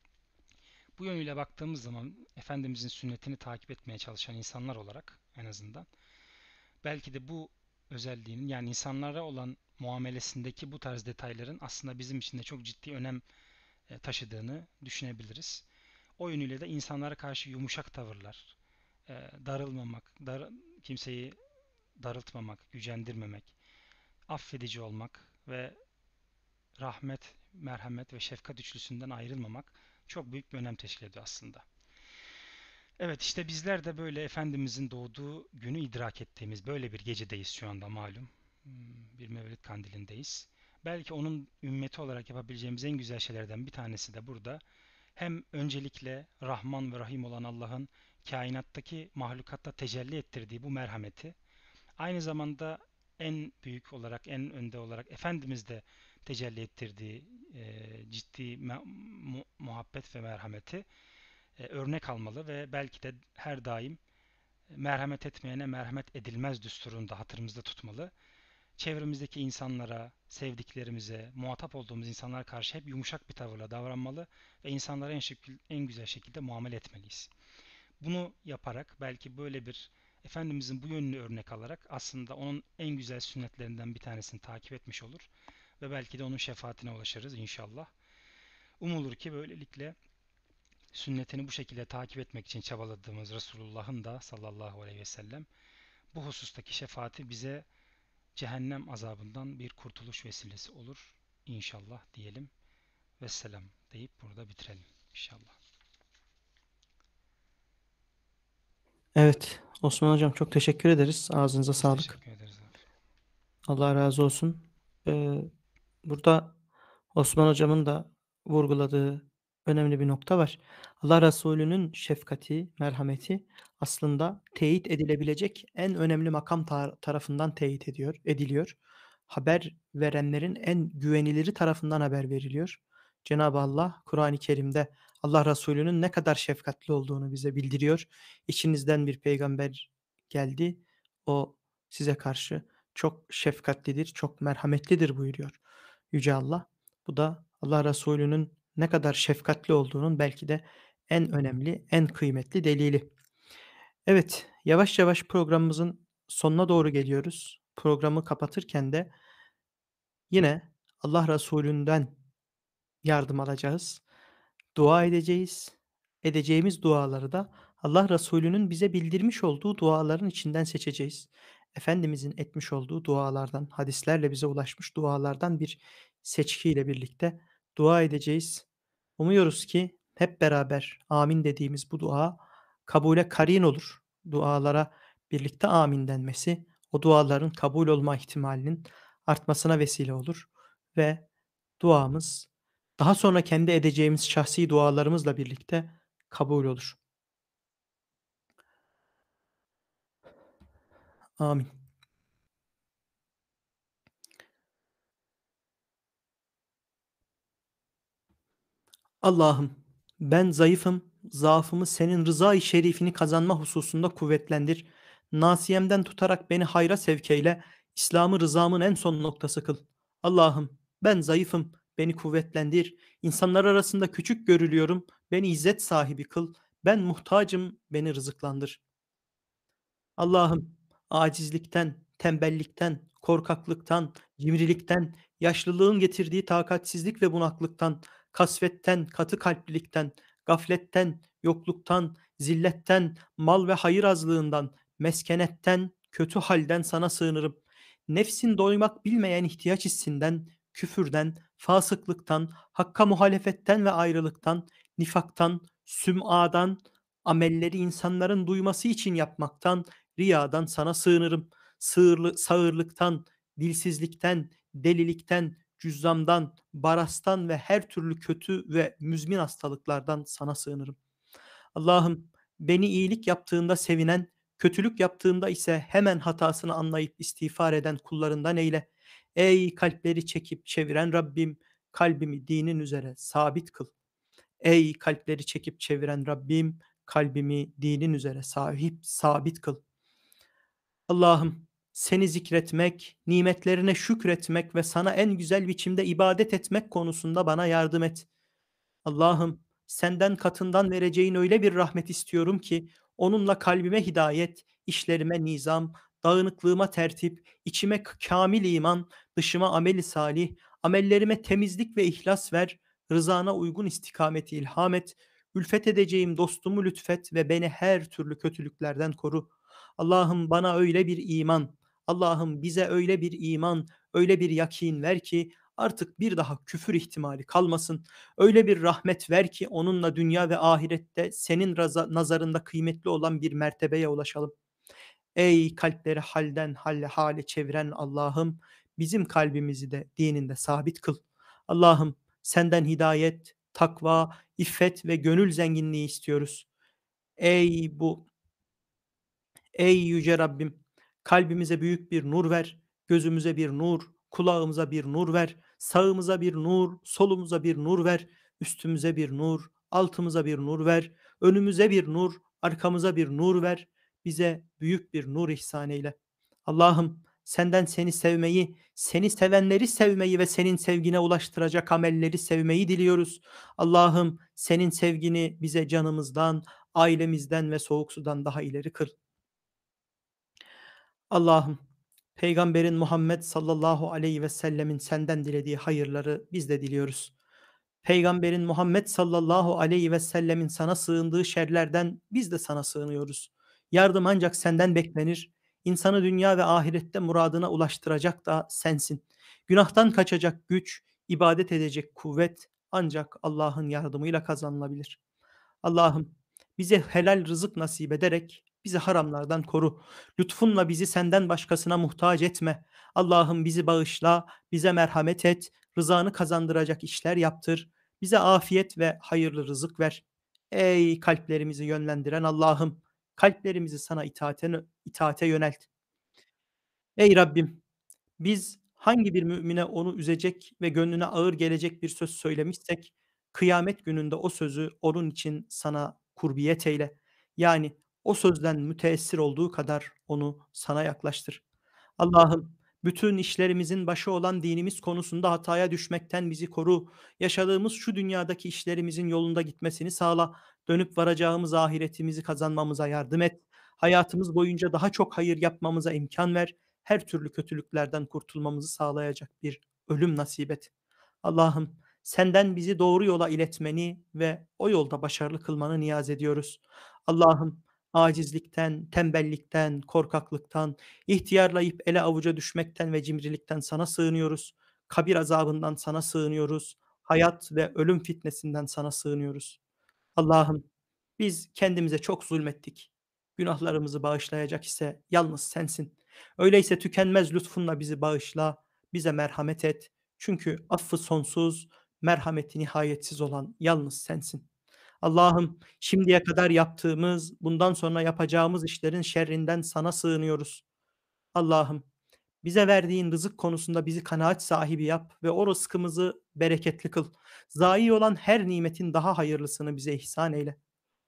Bu yönüyle baktığımız zaman Efendimizin sünnetini takip etmeye çalışan insanlar olarak en azından belki de bu özelliğinin, yani insanlara olan muamelesindeki bu tarz detayların aslında bizim için de çok ciddi önem e, taşıdığını düşünebiliriz. O yönüyle de insanlara karşı yumuşak tavırlar, e, darılmamak, dar, kimseyi darıltmamak, gücendirmemek, affedici olmak ve rahmet, merhamet ve şefkat üçlüsünden ayrılmamak çok büyük bir önem teşkil ediyor aslında. Evet, işte bizler de böyle Efendimizin doğduğu günü idrak ettiğimiz böyle bir gecedeyiz şu anda malum. Hmm, Bir Mevlid Kandili'ndeyiz. Belki onun ümmeti olarak yapabileceğimiz en güzel şeylerden bir tanesi de burada. Hem öncelikle Rahman ve Rahim olan Allah'ın kainattaki mahlukatta tecelli ettirdiği bu merhameti, aynı zamanda en büyük olarak, en önde olarak Efendimiz de tecelli ettirdiği e, ciddi mu muhabbet ve merhameti e, örnek almalı ve belki de her daim merhamet etmeyene merhamet edilmez düsturunu da hatırımızda tutmalı. Çevremizdeki insanlara, sevdiklerimize, muhatap olduğumuz insanlara karşı hep yumuşak bir tavırla davranmalı ve insanlara en, şekil, en güzel şekilde muamele etmeliyiz. Bunu yaparak belki böyle bir Efendimizin bu yönünü örnek alarak aslında onun en güzel sünnetlerinden bir tanesini takip etmiş olur ve belki de onun şefaatine ulaşırız inşallah. Umulur ki böylelikle sünnetini bu şekilde takip etmek için çabaladığımız Resulullah'ın da sallallahu aleyhi ve sellem bu husustaki şefaati bize cehennem azabından bir kurtuluş vesilesi olur inşallah diyelim. Vesselam deyip burada bitirelim inşallah. Evet, Osman Hocam çok teşekkür ederiz. Ağzınıza Biz sağlık. teşekkür ederiz abi. Allah razı olsun. Ee, burada Osman Hocam'ın da vurguladığı önemli bir nokta var. Allah Resulü'nün şefkati, merhameti aslında teyit edilebilecek en önemli makam tar- tarafından teyit ediyor, ediliyor. Haber verenlerin en güveniliri tarafından haber veriliyor. Cenab-ı Allah Kur'an-ı Kerim'de Allah Resulü'nün ne kadar şefkatli olduğunu bize bildiriyor. İçinizden bir peygamber geldi. O size karşı çok şefkatlidir, çok merhametlidir buyuruyor Yüce Allah. Bu da Allah Resulü'nün ne kadar şefkatli olduğunun belki de en önemli, en kıymetli delili. Evet, yavaş yavaş programımızın sonuna doğru geliyoruz. Programı kapatırken de yine Allah Resulü'nden yardım alacağız. Dua edeceğiz. Edeceğimiz duaları da Allah Resulü'nün bize bildirmiş olduğu duaların içinden seçeceğiz. Efendimizin etmiş olduğu dualardan, hadislerle bize ulaşmış dualardan bir seçkiyle birlikte dua edeceğiz. Umuyoruz ki hep beraber amin dediğimiz bu dua kabule karin olur. Dualara birlikte amin denmesi o duaların kabul olma ihtimalinin artmasına vesile olur ve duamız daha sonra kendi edeceğimiz şahsi dualarımızla birlikte kabul olur. Amin. Allah'ım, ben zayıfım, zaafımı senin rıza-i şerifini kazanma hususunda kuvvetlendir. Nasiyemden tutarak beni hayra sevk eyle, İslam'ı rızamın en son noktası kıl. Allah'ım, ben zayıfım, beni kuvvetlendir. İnsanlar arasında küçük görülüyorum, beni izzet sahibi kıl. Ben muhtacım, beni rızıklandır. Allah'ım, acizlikten, tembellikten, korkaklıktan, cimrilikten, yaşlılığın getirdiği takatsizlik ve bunaklıktan, kasvetten, katı kalplilikten, gafletten, yokluktan, zilletten, mal ve hayır azlığından, meskenetten, kötü halden sana sığınırım. Nefsin doymak bilmeyen ihtiyaç hissinden, küfürden, fasıklıktan, hakka muhalefetten ve ayrılıktan, nifaktan, süm'adan, amelleri insanların duyması için yapmaktan, riyadan sana sığınırım. Sığırlı, sağırlıktan, dilsizlikten, delilikten, cüzzamdan, barastan ve her türlü kötü ve müzmin hastalıklardan sana sığınırım. Allah'ım, beni iyilik yaptığında sevinen, kötülük yaptığında ise hemen hatasını anlayıp istiğfar eden kullarından eyle. Ey kalpleri çekip çeviren Rabbim, kalbimi dinin üzere sabit kıl. Ey kalpleri çekip çeviren Rabbim, kalbimi dinin üzere sahip sabit kıl. Allah'ım, seni zikretmek, nimetlerine şükretmek ve sana en güzel biçimde ibadet etmek konusunda bana yardım et. Allah'ım, senden katından vereceğin öyle bir rahmet istiyorum ki onunla kalbime hidayet, işlerime nizam, dağınıklığıma tertip, içime k- kamil iman, dışıma ameli salih, amellerime temizlik ve ihlas ver, rızana uygun istikameti ilham et, ülfet edeceğim dostumu lütfet ve beni her türlü kötülüklerden koru. Allah'ım, bana öyle bir iman, Allah'ım bize öyle bir iman, öyle bir yakin ver ki artık bir daha küfür ihtimali kalmasın. Öyle bir rahmet ver ki onunla dünya ve ahirette senin raza- nazarında kıymetli olan bir mertebeye ulaşalım. Ey kalpleri halden halle hale çeviren Allah'ım, bizim kalbimizi de dininde sabit kıl. Allah'ım, senden hidayet, takva, iffet ve gönül zenginliği istiyoruz. Ey bu Ey yüce Rabbim, kalbimize büyük bir nur ver, gözümüze bir nur, kulağımıza bir nur ver, sağımıza bir nur, solumuza bir nur ver, üstümüze bir nur, altımıza bir nur ver, önümüze bir nur, arkamıza bir nur ver, bize büyük bir nur ihsan eyle. Allah'ım, senden seni sevmeyi, seni sevenleri sevmeyi ve senin sevgine ulaştıracak amelleri sevmeyi diliyoruz. Allah'ım, senin sevgini bize canımızdan, ailemizden ve soğuk sudan daha ileri kıl. Allah'ım, Peygamberin Muhammed sallallahu aleyhi ve sellemin senden dilediği hayırları biz de diliyoruz. Peygamberin Muhammed sallallahu aleyhi ve sellemin sana sığındığı şerlerden biz de sana sığınıyoruz. Yardım ancak senden beklenir. İnsanı dünya ve ahirette muradına ulaştıracak da sensin. Günahtan kaçacak güç, ibadet edecek kuvvet ancak Allah'ın yardımıyla kazanılabilir. Allah'ım, bize helal rızık nasip ederek bizi haramlardan koru. Lütfunla bizi senden başkasına muhtaç etme. Allah'ım, bizi bağışla, bize merhamet et, rızanı kazandıracak işler yaptır. Bize afiyet ve hayırlı rızık ver. Ey kalplerimizi yönlendiren Allah'ım, kalplerimizi sana itaate, itaate yönelt. Ey Rabbim, biz hangi bir mümine onu üzecek ve gönlüne ağır gelecek bir söz söylemişsek, kıyamet gününde o sözü onun için sana kurbiyet eyle. Yani o sözden müteessir olduğu kadar onu sana yaklaştır. Allah'ım, bütün işlerimizin başı olan dinimiz konusunda hataya düşmekten bizi koru. Yaşadığımız şu dünyadaki işlerimizin yolunda gitmesini sağla. Dönüp varacağımız ahiretimizi kazanmamıza yardım et. Hayatımız boyunca daha çok hayır yapmamıza imkan ver. Her türlü kötülüklerden kurtulmamızı sağlayacak bir ölüm nasip et. Allah'ım, senden bizi doğru yola iletmeni ve o yolda başarılı kılmanı niyaz ediyoruz. Allah'ım, acizlikten, tembellikten, korkaklıktan, ihtiyarlayıp ele avuca düşmekten ve cimrilikten sana sığınıyoruz. Kabir azabından sana sığınıyoruz. Hayat ve ölüm fitnesinden sana sığınıyoruz. Allah'ım, biz kendimize çok zulmettik. Günahlarımızı bağışlayacak ise yalnız sensin. Öyleyse tükenmez lütfunla bizi bağışla, bize merhamet et. Çünkü affı sonsuz, merhameti nihayetsiz olan yalnız sensin. Allah'ım, şimdiye kadar yaptığımız, bundan sonra yapacağımız işlerin şerrinden sana sığınıyoruz. Allah'ım, bize verdiğin rızık konusunda bizi kanaat sahibi yap ve o rızkımızı bereketli kıl. Zayi olan her nimetin daha hayırlısını bize ihsan eyle.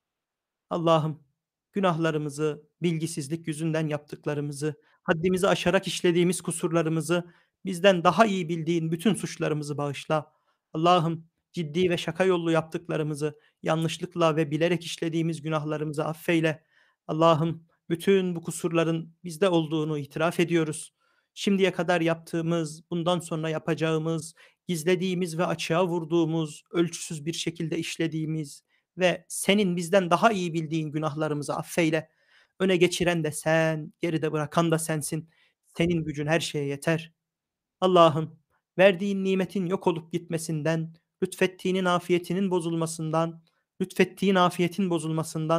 Allah'ım, günahlarımızı, bilgisizlik yüzünden yaptıklarımızı, haddimizi aşarak işlediğimiz kusurlarımızı, bizden daha iyi bildiğin bütün suçlarımızı bağışla. Allah'ım, ciddi ve şaka yollu yaptıklarımızı, yanlışlıkla ve bilerek işlediğimiz günahlarımızı affeyle. Allah'ım, bütün bu kusurların bizde olduğunu itiraf ediyoruz. Şimdiye kadar yaptığımız, bundan sonra yapacağımız, gizlediğimiz ve açığa vurduğumuz, ölçüsüz bir şekilde işlediğimiz, ve senin bizden daha iyi bildiğin günahlarımızı affeyle. Öne geçiren de sen, geride bırakan da sensin. Senin gücün her şeye yeter. Allah'ım, verdiğin nimetin yok olup gitmesinden, lütfettiğinin afiyetinin bozulmasından, lütfettiğin afiyetin bozulmasından,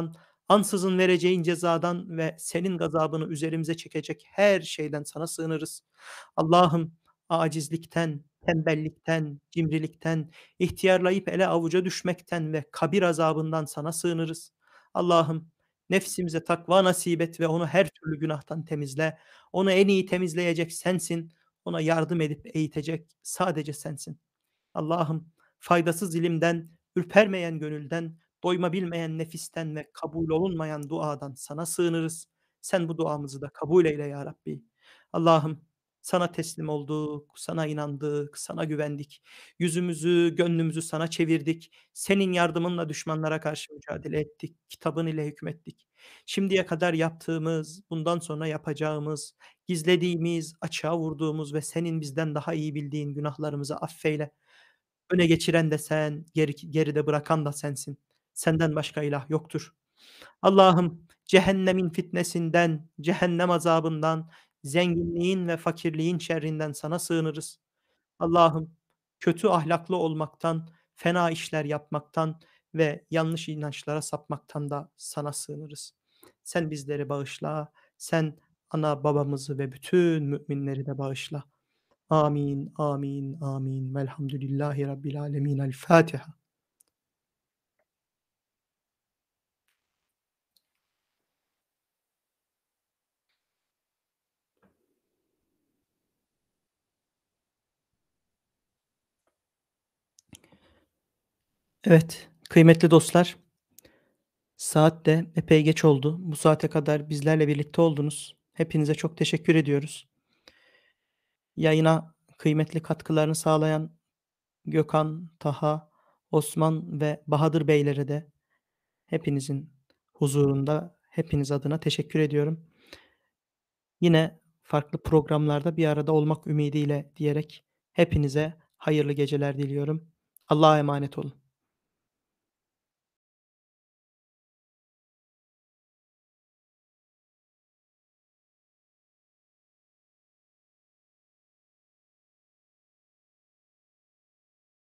Ansızın vereceğin cezadan ve senin gazabını üzerimize çekecek her şeyden sana sığınırız. Allah'ım acizlikten, tembellikten, cimrilikten, ihtiyarlayıp ele avuca düşmekten ve kabir azabından sana sığınırız. Allah'ım nefsimize takva nasip et ve onu her türlü günahtan temizle. Onu en iyi temizleyecek sensin. Ona yardım edip eğitecek sadece sensin. Allah'ım faydasız ilimden, ürpermeyen gönülden, doyma bilmeyen nefisten ve kabul olunmayan duadan sana sığınırız. Sen bu duamızı da kabul eyle ya Rabbi. Allah'ım sana teslim olduk, sana inandık, sana güvendik. Yüzümüzü, gönlümüzü sana çevirdik. Senin yardımınla düşmanlara karşı mücadele ettik. Kitabın ile hükmettik. Şimdiye kadar yaptığımız, bundan sonra yapacağımız, gizlediğimiz, açığa vurduğumuz ve senin bizden daha iyi bildiğin günahlarımızı affeyle. Öne geçiren de sen, geri geride bırakan da sensin. Senden başka ilah yoktur. Allah'ım cehennemin fitnesinden, cehennem azabından, zenginliğin ve fakirliğin şerrinden sana sığınırız. Allah'ım kötü ahlaklı olmaktan, fena işler yapmaktan ve yanlış inançlara sapmaktan da sana sığınırız. Sen bizleri bağışla, sen ana babamızı ve bütün müminleri de bağışla. Amin, amin, amin. Velhamdülillahi Rabbil alemin. El Fatiha. Evet, kıymetli dostlar, saat de epey geç oldu. Bu saate kadar bizlerle birlikte oldunuz. Hepinize çok teşekkür ediyoruz. Yayına kıymetli katkılarını sağlayan Gökhan, Taha, Osman ve Bahadır Beylere de hepinizin huzurunda hepiniz adına teşekkür ediyorum. Yine farklı programlarda bir arada olmak ümidiyle diyerek hepinize hayırlı geceler diliyorum. Allah'a emanet olun.